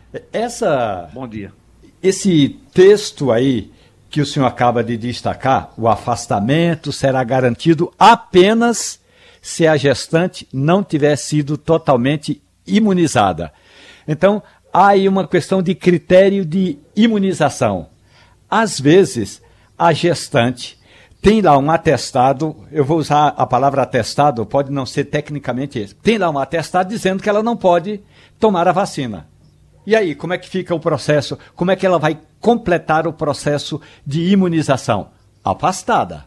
S3: Essa,
S7: Bom dia.
S3: Esse texto aí que o senhor acaba de destacar, o afastamento será garantido apenas se a gestante não tiver sido totalmente imunizada. Então, há aí uma questão de critério de imunização. Às vezes, a gestante tem lá um atestado, eu vou usar a palavra atestado, pode não ser tecnicamente esse, tem lá um atestado dizendo que ela não pode tomar a vacina. E aí, como é que fica o processo? Como é que ela vai completar o processo de imunização? Afastada.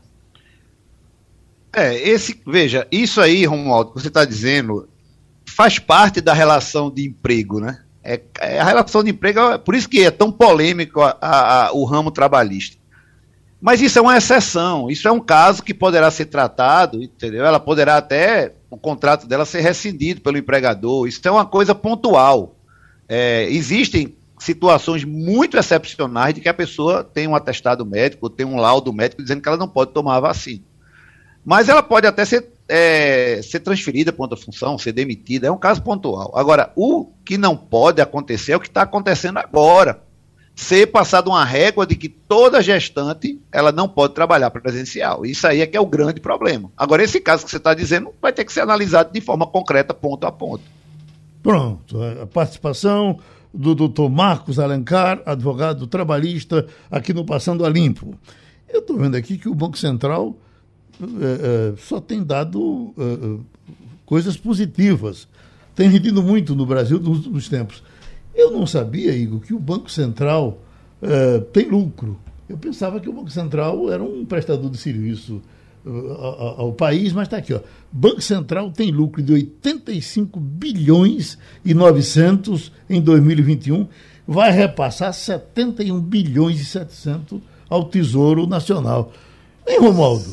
S7: É, esse, veja, isso aí, Romualdo, que você está dizendo, faz parte da relação de emprego, né? É, é a relação de emprego, é por isso que é tão polêmico a, a, a, o ramo trabalhista. Mas isso é uma exceção, isso é um caso que poderá ser tratado, entendeu? Ela poderá até, o contrato dela ser rescindido pelo empregador, isso é uma coisa pontual. É, existem situações muito excepcionais de que a pessoa tem um atestado médico, tem um laudo médico dizendo que ela não pode tomar a vacina. Mas ela pode até ser, é, ser transferida para outra função, ser demitida, é um caso pontual. Agora, o que não pode acontecer é o que está acontecendo agora. Ser passado uma régua de que toda gestante ela não pode trabalhar presencial. Isso aí é que é o grande problema. Agora, esse caso que você está dizendo vai ter que ser analisado de forma concreta, ponto a ponto.
S2: Pronto, a participação do doutor Marcos Alencar, advogado trabalhista, aqui no Passando a Limpo. Eu estou vendo aqui que o Banco Central é, é, só tem dado é, coisas positivas. Tem rendido muito no Brasil nos últimos tempos. Eu não sabia, Igor, que o Banco Central é, tem lucro. Eu pensava que o Banco Central era um prestador de serviço ao, ao país, mas está aqui, ó. Banco Central tem lucro de oitenta e cinco bilhões e novecentos em dois mil e vinte e um, vai repassar setenta e um bilhões e setecentos ao Tesouro Nacional. Hein, Romualdo?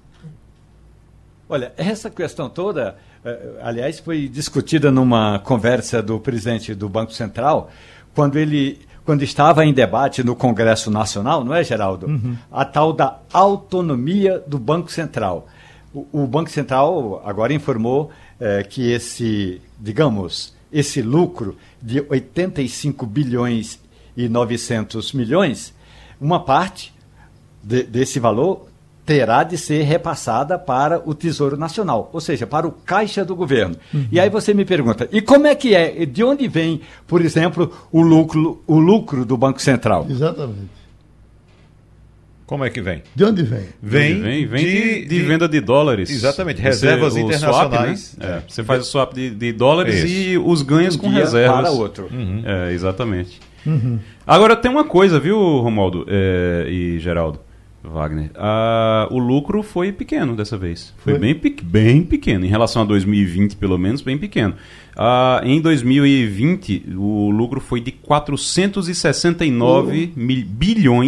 S3: Olha, essa questão toda, aliás, foi discutida numa conversa do presidente do Banco Central, quando ele... quando estava em debate no Congresso Nacional, não é, Geraldo? Uhum. A tal da autonomia do Banco Central. O, o Banco Central agora informou eh, que esse, digamos, esse lucro de oitenta e cinco bilhões e novecentos milhões, uma parte de, desse valor terá de ser repassada para o Tesouro Nacional, ou seja, para o caixa do governo. Uhum. E aí você me pergunta, e como é que é, de onde vem, por exemplo, o lucro, o lucro do Banco Central?
S2: Exatamente.
S4: Como é que vem?
S2: De onde vem?
S5: Vem, vem, vem de, de, de venda de dólares.
S4: Exatamente, reservas
S5: você,
S4: internacionais.
S5: Swap, né? é, você faz o swap de, de dólares Isso. e os ganhos um com reservas.
S3: Para outro.
S5: Uhum. É, exatamente.
S2: Uhum.
S5: Agora tem uma coisa, viu, Romualdo é, e Geraldo? Wagner, ah, o lucro foi pequeno dessa vez. Foi, foi? Bem, bem pequeno. Em relação a dois mil e vinte, pelo menos, bem pequeno. Ah, em dois mil e vinte, o lucro foi de quatrocentos e sessenta e nove oh. mil, bilhões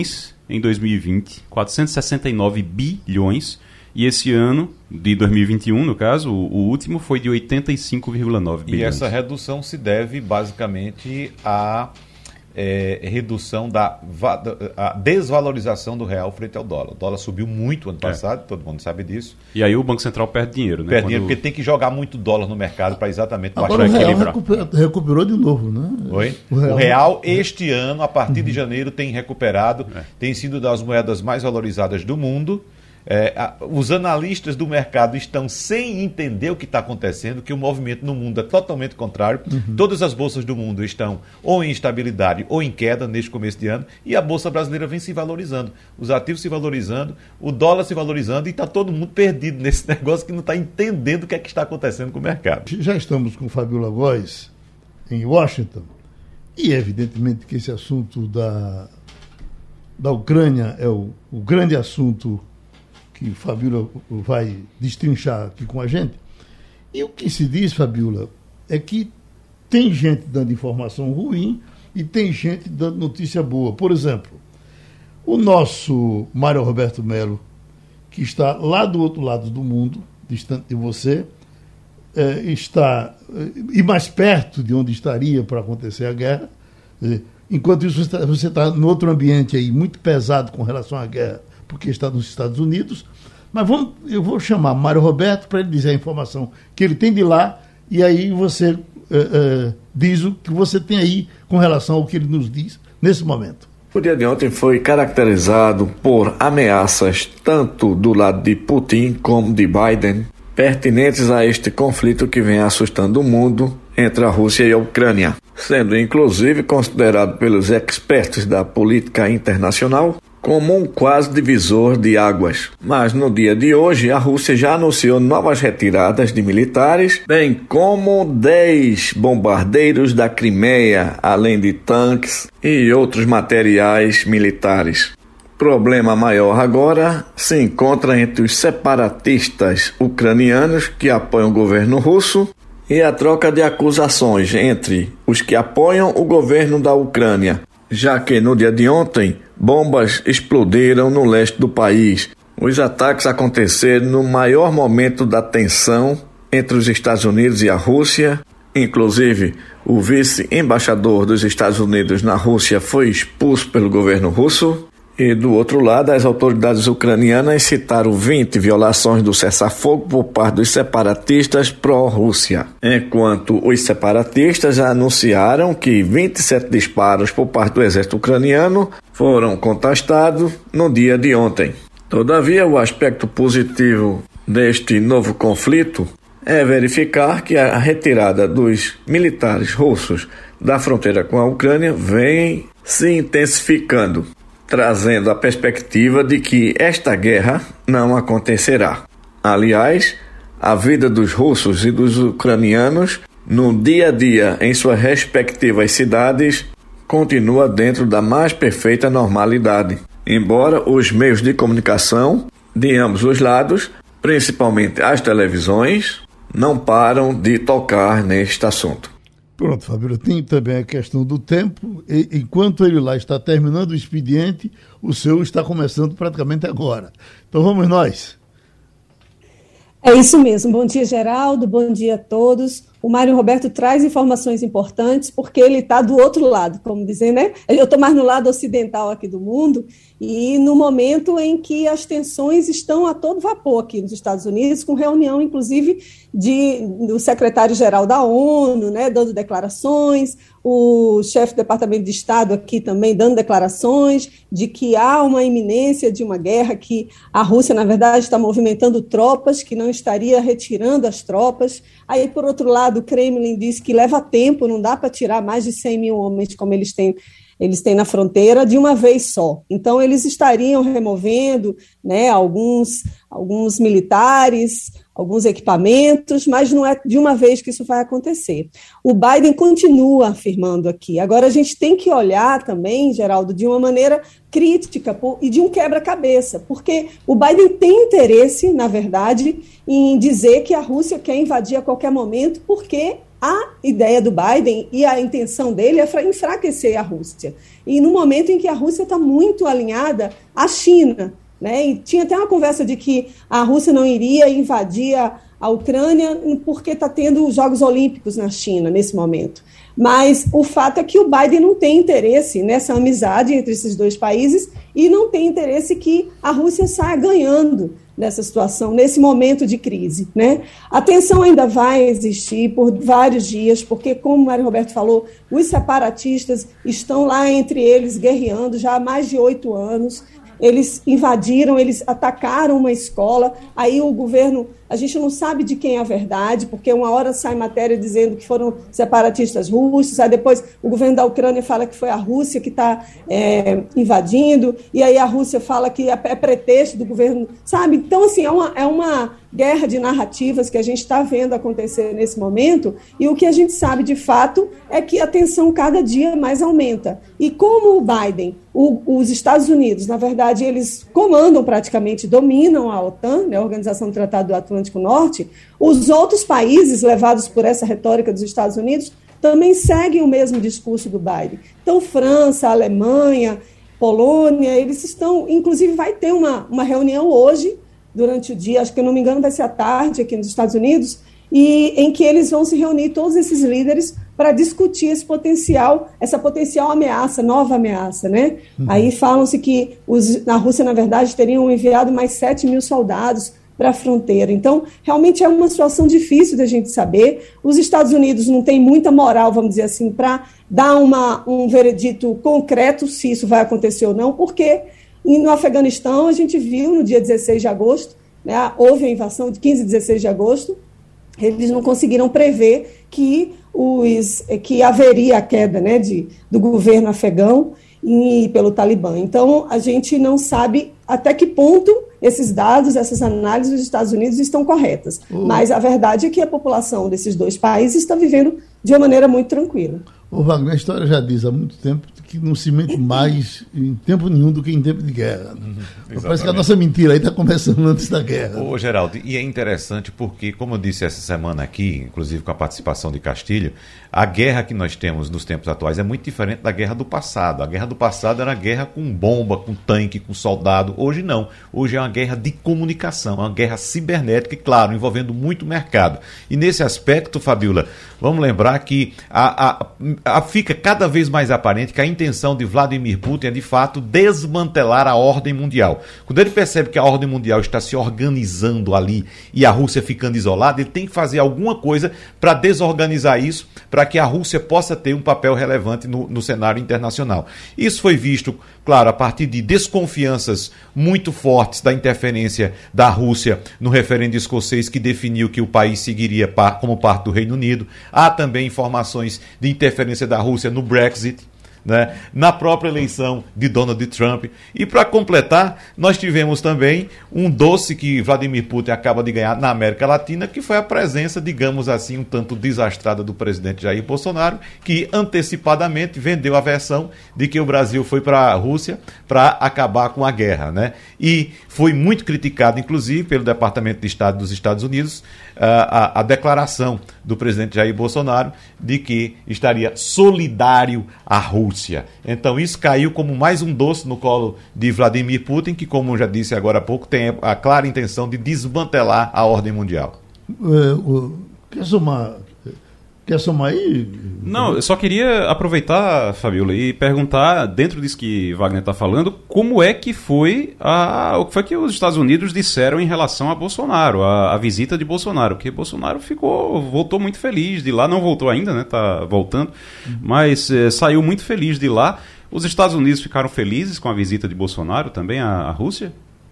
S5: em dois mil e vinte, quatrocentos e sessenta e nove bilhões, e esse ano, de dois mil e vinte e um, no caso, o, o último foi de oitenta e cinco vírgula nove bilhões.
S4: E essa redução se deve basicamente à é, redução da a desvalorização do real frente ao dólar. O dólar subiu muito ano passado, é. todo mundo sabe disso.
S5: E aí o Banco Central perde dinheiro, né?
S4: Perde
S5: Quando...
S4: dinheiro porque tem que jogar muito dólar no mercado para exatamente
S2: baixar. Agora o real recuperou, recuperou de novo, né?
S4: Oi? O real, o real este ano, a partir de janeiro, tem recuperado, é. tem sido das moedas mais valorizadas do mundo. É, a, os analistas do mercado estão sem entender o que está acontecendo, que o movimento no mundo é totalmente contrário. Uhum. Todas as bolsas do mundo estão ou em instabilidade ou em queda neste começo de ano, e a bolsa brasileira vem se valorizando, os ativos se valorizando, o dólar se valorizando, e está todo mundo perdido nesse negócio que não está entendendo o que é que está acontecendo com o mercado.
S2: Já estamos com Fabiola Góes em Washington, e evidentemente que esse assunto da, da Ucrânia é o, o grande assunto que Fabiola vai destrinchar aqui com a gente. E o que se diz, Fabiola, é que tem gente dando informação ruim e tem gente dando notícia boa. Por exemplo, o nosso Mário Roberto Melo, que está lá do outro lado do mundo, distante de você, é, está é, e mais perto de onde estaria para acontecer a guerra. É, enquanto isso, você está no outro ambiente aí, muito pesado com relação à guerra, porque está nos Estados Unidos. Mas vamos, eu vou chamar Mário Roberto para ele dizer a informação que ele tem de lá, e aí você uh, uh, diz o que você tem aí com relação ao que ele nos diz nesse momento.
S8: O dia de ontem foi caracterizado por ameaças tanto do lado de Putin como de Biden, pertinentes a este conflito que vem assustando o mundo entre a Rússia e a Ucrânia, sendo inclusive considerado pelos expertos da política internacional como um quase divisor de águas. Mas no dia de hoje, a Rússia já anunciou novas retiradas de militares, bem como dez bombardeiros da Crimeia, além de tanques e outros materiais militares. O problema maior agora se encontra entre os separatistas ucranianos que apoiam o governo russo e a troca de acusações entre os que apoiam o governo da Ucrânia, já que no dia de ontem bombas explodiram no leste do país. Os ataques aconteceram no maior momento da tensão entre os Estados Unidos e a Rússia. Inclusive, o vice-embaixador dos Estados Unidos na Rússia foi expulso pelo governo russo. E do outro lado, as autoridades ucranianas citaram vinte violações do cessar-fogo por parte dos separatistas pró-Rússia, enquanto os separatistas anunciaram que vinte e sete disparos por parte do exército ucraniano foram contestados no dia de ontem. Todavia, o aspecto positivo deste novo conflito é verificar que a retirada dos militares russos da fronteira com a Ucrânia vem se intensificando, trazendo a perspectiva de que esta guerra não acontecerá. Aliás, a vida dos russos e dos ucranianos no dia a dia em suas respectivas cidades continua dentro da mais perfeita normalidade, embora os meios de comunicação de ambos os lados, principalmente as televisões, não param de tocar neste assunto.
S2: Pronto, Fabiola, tem também a questão do tempo. E, enquanto ele lá está terminando o expediente, o seu está começando praticamente agora. Então vamos nós.
S9: É isso mesmo. Bom dia, Geraldo. Bom dia a todos. O Mário Roberto traz informações importantes porque ele está do outro lado, como dizer, né? Eu estou mais no lado ocidental aqui do mundo, e no momento em que as tensões estão a todo vapor aqui nos Estados Unidos, com reunião, inclusive, de, do secretário-geral da ONU, né, dando declarações, o chefe do Departamento de Estado aqui também dando declarações de que há uma iminência de uma guerra, que a Rússia, na verdade, está movimentando tropas, que não estaria retirando as tropas. Aí, por outro lado, o Kremlin diz que leva tempo, não dá para tirar mais de cem mil homens, como eles têm, eles têm na fronteira, de uma vez só. Então, eles estariam removendo, né, alguns, alguns militares, alguns equipamentos, mas não é de uma vez que isso vai acontecer. O Biden continua afirmando aqui. Agora, a gente tem que olhar também, Geraldo, de uma maneira crítica por, e de um quebra-cabeça, porque o Biden tem interesse, na verdade, em dizer que a Rússia quer invadir a qualquer momento, porque a ideia do Biden e a intenção dele é enfraquecer a Rússia. E no momento em que a Rússia está muito alinhada à China, né? E tinha até uma conversa de que a Rússia não iria invadir a, a Ucrânia porque está tendo os Jogos Olímpicos na China nesse momento. Mas o fato é que o Biden não tem interesse nessa amizade entre esses dois países e não tem interesse que a Rússia saia ganhando nessa situação, nesse momento de crise, né? A tensão ainda vai existir por vários dias, porque, como o Mário Roberto falou, os separatistas estão lá entre eles guerreando já há mais de oito anos. Eles invadiram, eles atacaram uma escola, aí o governo, a gente não sabe de quem é a verdade, porque uma hora sai matéria dizendo que foram separatistas russos, aí depois o governo da Ucrânia fala que foi a Rússia que está é, invadindo, e aí a Rússia fala que é, é pretexto do governo, sabe? Então, assim, é uma, é uma guerra de narrativas que a gente está vendo acontecer nesse momento, e o que a gente sabe de fato é que a tensão cada dia mais aumenta. E como o Biden, o, os Estados Unidos, na verdade, eles comandam praticamente, dominam a OTAN, né, a Organização do Tratado do Atlântico Norte, os outros países levados por essa retórica dos Estados Unidos também seguem o mesmo discurso do Biden. Então, França, Alemanha, Polônia, eles estão, inclusive vai ter uma, uma reunião hoje, durante o dia, acho que, eu não me engano, vai ser à tarde aqui nos Estados Unidos, e em que eles vão se reunir, todos esses líderes, para discutir esse potencial, essa potencial ameaça, nova ameaça, né? Uhum. Aí falam-se que os, na Rússia, na verdade, teriam enviado mais sete mil soldados para a fronteira. Então, realmente é uma situação difícil da gente saber. Os Estados Unidos não têm muita moral, vamos dizer assim, para dar uma, um veredito concreto se isso vai acontecer ou não, porque no Afeganistão a gente viu no dia dezesseis de agosto, né, houve a invasão de quinze e dezesseis de agosto, eles não conseguiram prever que, os, que haveria a queda, né, de, do governo afegão e pelo Talibã. Então, a gente não sabe até que ponto esses dados, essas análises dos Estados Unidos estão corretas. Uhum. Mas a verdade é que a população desses dois países está vivendo de uma maneira muito tranquila.
S2: Ô Wagner, a história já diz há muito tempo que não se mente mais em tempo nenhum do que em tempo de guerra. Uhum, parece que a nossa mentira aí está começando antes da guerra.
S4: Ô Geraldo, e é interessante porque, como eu disse essa semana aqui, inclusive com a participação de Castilho, a guerra que nós temos nos tempos atuais é muito diferente da guerra do passado. A guerra do passado era guerra com bomba, com tanque, com soldado. Hoje não. Hoje é uma guerra de comunicação, uma guerra cibernética e, claro, envolvendo muito mercado. E nesse aspecto, Fabiola, vamos lembrar que a, a, a, fica cada vez mais aparente que a intenção de Vladimir Putin é, de fato, desmantelar a ordem mundial. Quando ele percebe que a ordem mundial está se organizando ali e a Rússia ficando isolada, ele tem que fazer alguma coisa para desorganizar isso, para que a Rússia possa ter um papel relevante no, no cenário internacional. Isso foi visto, claro, a partir de desconfianças muito fortes da interferência da Rússia no referendo escocês, que definiu que o país seguiria par, como parte do Reino Unido. Há também informações de interferência da Rússia no Brexit, né, na própria eleição de Donald Trump. E para completar, nós tivemos também um doce que Vladimir Putin acaba de ganhar na América Latina, que foi a presença, digamos assim, um tanto desastrada do presidente Jair Bolsonaro, que antecipadamente vendeu a versão de que o Brasil foi para a Rússia para acabar com a guerra, né? E foi muito criticado, inclusive, pelo Departamento de Estado dos Estados Unidos, a, a, a declaração do presidente Jair Bolsonaro de que estaria solidário à Rússia. Então isso caiu como mais um doce no colo de Vladimir Putin, que, como eu já disse agora há pouco, tem a clara intenção de desmantelar a ordem mundial.
S2: Uh, uh, quer somar... Quer somar aí?
S5: Não, eu só queria aproveitar, Fabiola, e perguntar, dentro disso que Wagner está falando, como é que foi a, o que foi que os Estados Unidos disseram em relação a Bolsonaro, a, a visita de Bolsonaro, porque Bolsonaro ficou, voltou muito feliz de lá, não voltou ainda, né? Está voltando, uhum. mas é, saiu muito feliz de lá. Os Estados Unidos ficaram felizes com a visita de Bolsonaro também à, à Rússia?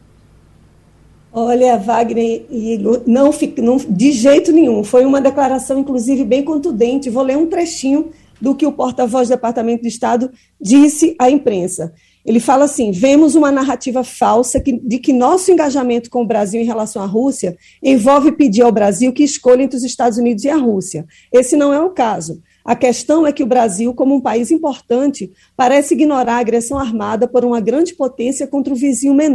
S9: Olha, Wagner, não, não, de jeito nenhum. Foi uma declaração, inclusive, bem contundente. Vou ler um trechinho do que o porta-voz do Departamento de Estado disse à imprensa. Ele fala assim: vemos uma narrativa falsa que, de que nosso engajamento com o Brasil em relação à Rússia envolve pedir ao Brasil que escolha entre os Estados Unidos e a Rússia. Esse não é o caso. A questão é que o Brasil, como um país importante, parece ignorar a agressão armada por uma grande potência contra o vizinho menor,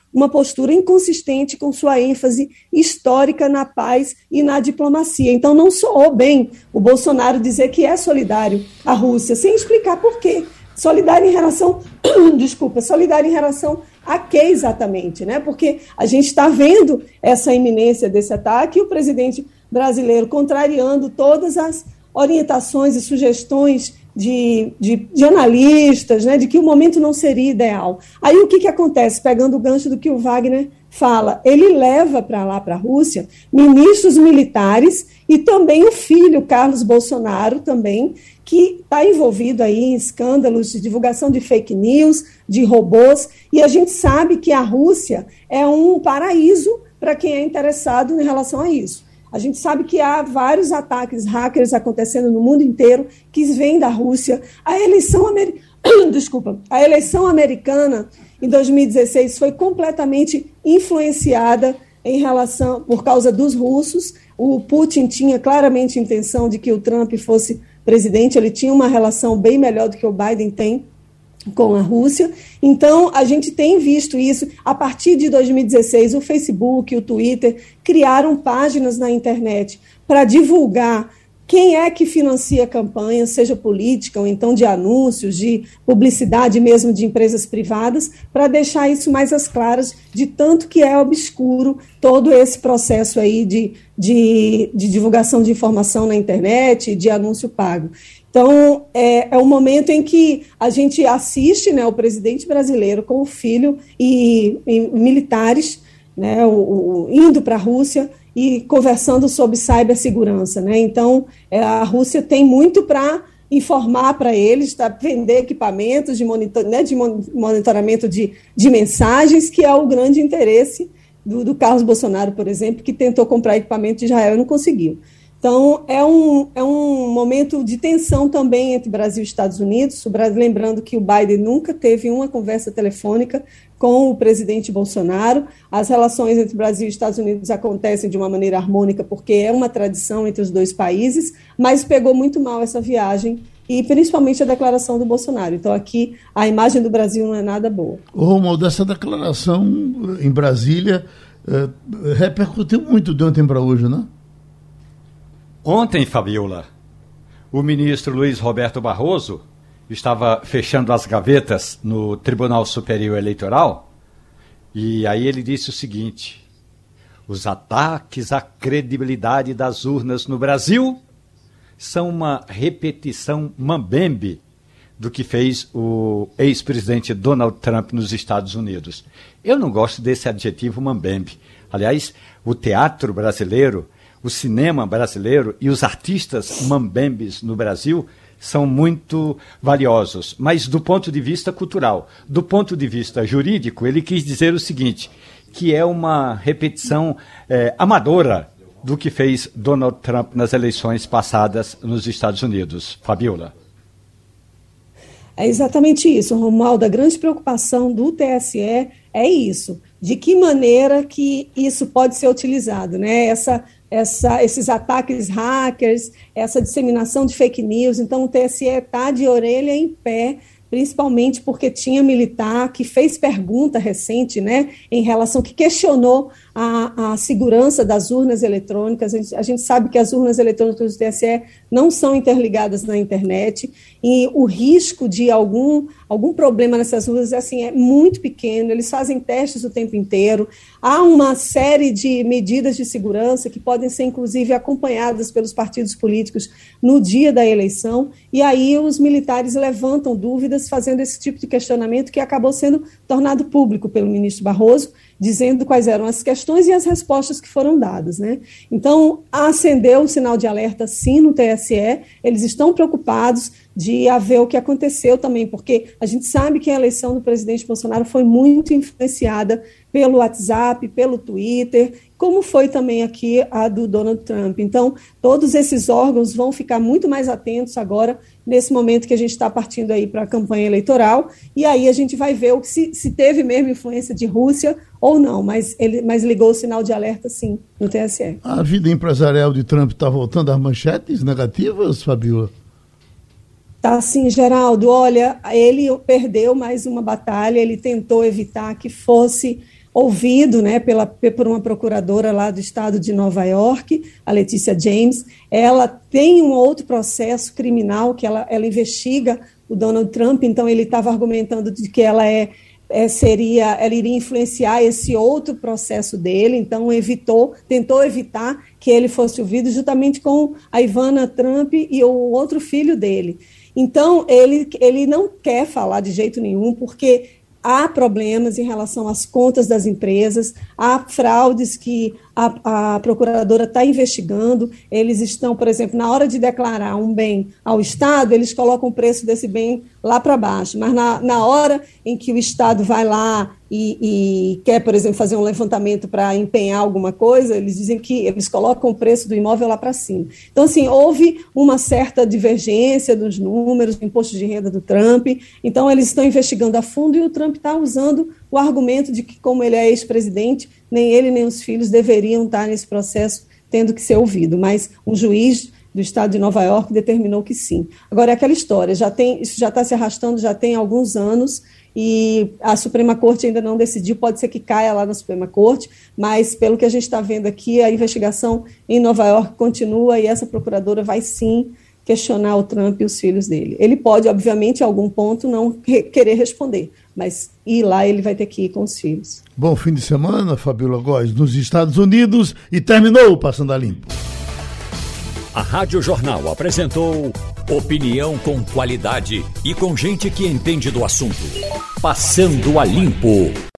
S9: uma postura inconsistente com sua ênfase histórica na paz e na diplomacia. Então, não soou bem o Bolsonaro dizer que é solidário à Rússia, sem explicar por quê. Solidário em relação, desculpa, solidário em relação a que exatamente, né? Porque a gente está vendo essa iminência desse ataque e o presidente brasileiro contrariando todas as orientações e sugestões de, de, de analistas, né, de que o momento não seria ideal. Aí o que, que acontece? Pegando o gancho do que o Wagner fala, ele leva para lá, para a Rússia, ministros militares e também o filho, Carlos Bolsonaro, também, que está envolvido aí em escândalos de divulgação de fake news, de robôs, e a gente sabe que a Rússia é um paraíso para quem é interessado em relação a isso. A gente sabe que há vários ataques hackers acontecendo no mundo inteiro que vêm da Rússia. A eleição, amer... Desculpa. A eleição americana em dois mil e dezesseis foi completamente influenciada em relação, por causa dos russos. O Putin tinha claramente a intenção de que o Trump fosse presidente, ele tinha uma relação bem melhor do que o Biden tem com a Rússia. Então, a gente tem visto isso. A partir de dois mil e dezesseis, o Facebook, o Twitter criaram páginas na internet para divulgar quem é que financia campanhas, seja política ou então de anúncios, de publicidade mesmo de empresas privadas, para deixar isso mais às claras de tanto que é obscuro todo esse processo aí de, de, de divulgação de informação na internet, de anúncio pago. Então, é, é um momento em que a gente assiste, né, o presidente brasileiro com o filho e, e militares, né, o, o, indo para a Rússia e conversando sobre cibersegurança, né? Então, é, a Rússia tem muito para informar para eles, tá, vender equipamentos de, monitor, né, de monitoramento de, de mensagens, que é o grande interesse do, do Carlos Bolsonaro, por exemplo, que tentou comprar equipamento de Israel e não conseguiu. Então, é um, é um momento de tensão também entre Brasil e Estados Unidos. O Brasil, lembrando que o Biden nunca teve uma conversa telefônica com o presidente Bolsonaro. As relações entre Brasil e Estados Unidos acontecem de uma maneira harmônica, porque é uma tradição entre os dois países, mas pegou muito mal essa viagem e principalmente a declaração do Bolsonaro. Então, aqui, a imagem do Brasil não é nada boa.
S2: Ô, Romualdo, essa declaração em Brasília eh, repercutiu muito de ontem para hoje, né?
S3: Ontem, Fabiola, o ministro Luiz Roberto Barroso estava fechando as gavetas no Tribunal Superior Eleitoral e aí ele disse o seguinte: os ataques à credibilidade das urnas no Brasil são uma repetição mambembe do que fez o ex-presidente Donald Trump nos Estados Unidos. Eu não gosto desse adjetivo mambembe. Aliás, o teatro brasileiro, o cinema brasileiro e os artistas mambembes no Brasil são muito valiosos, mas do ponto de vista cultural. Do ponto de vista jurídico, ele quis dizer o seguinte, que é uma repetição é, amadora do que fez Donald Trump nas eleições passadas nos Estados Unidos. Fabiola.
S9: É exatamente isso, Romualdo. A grande preocupação do T S E é isso. De que maneira que isso pode ser utilizado, né? Essa, essa, esses ataques hackers, essa disseminação de fake news. Então, o T S E está de orelha em pé, principalmente porque tinha militar que fez pergunta recente, né, em relação, que questionou a, a segurança das urnas eletrônicas. A gente, a gente sabe que as urnas eletrônicas do T S E não são interligadas na internet e o risco de algum, algum problema nessas urnas assim, é muito pequeno, eles fazem testes o tempo inteiro. Há uma série de medidas de segurança que podem ser, inclusive, acompanhadas pelos partidos políticos no dia da eleição, e aí os militares levantam dúvidas fazendo esse tipo de questionamento que acabou sendo tornado público pelo ministro Barroso, dizendo quais eram as questões e as respostas que foram dadas, né? Então, acendeu o sinal de alerta, sim, no T S E, eles estão preocupados de haver o que aconteceu também, porque a gente sabe que a eleição do presidente Bolsonaro foi muito influenciada pelo WhatsApp, pelo Twitter, como foi também aqui a do Donald Trump. Então, todos esses órgãos vão ficar muito mais atentos agora, nesse momento que a gente está partindo aí para a campanha eleitoral, e aí a gente vai ver o que se, se teve mesmo influência de Rússia ou não, mas, ele, mas ligou o sinal de alerta, sim, no T S E.
S2: A vida empresarial de Trump está voltando às manchetes negativas, Fabiola?
S9: Tá sim, Geraldo. Olha, ele perdeu mais uma batalha, ele tentou evitar que fosse ouvido, né, pela, por uma procuradora lá do estado de Nova York, a Letícia James. Ela tem um outro processo criminal que ela, ela investiga o Donald Trump, então ele estava argumentando de que ela é, é, seria, ela iria influenciar esse outro processo dele, então evitou, tentou evitar que ele fosse ouvido justamente com a Ivana Trump e o outro filho dele. Então, ele, ele não quer falar de jeito nenhum, porque há problemas em relação às contas das empresas, há fraudes que a, a procuradora está investigando. Eles estão, por exemplo, na hora de declarar um bem ao Estado, eles colocam o preço desse bem lá para baixo, mas na, na hora em que o Estado vai lá e, e quer, por exemplo, fazer um levantamento para empenhar alguma coisa, eles dizem que eles colocam o preço do imóvel lá para cima. Então, assim, houve uma certa divergência dos números do imposto de renda do Trump, então eles estão investigando a fundo e o Trump está usando o argumento de que, como ele é ex-presidente, nem ele nem os filhos deveriam estar nesse processo tendo que ser ouvido, mas um juiz do estado de Nova York determinou que sim. Agora, é aquela história, já tem, isso já está se arrastando já tem alguns anos e a Suprema Corte ainda não decidiu, pode ser que caia lá na Suprema Corte, mas pelo que a gente está vendo aqui, a investigação em Nova York continua e essa procuradora vai sim questionar o Trump e os filhos dele. Ele pode, obviamente, em algum ponto não re- querer responder, mas ir lá ele vai ter que ir com os filhos.
S2: Bom fim de semana, Fabíola Góes, nos Estados Unidos, e terminou o Passando a Limpo.
S1: A Rádio Jornal apresentou opinião com qualidade e com gente que entende do assunto. Passando a Limpo.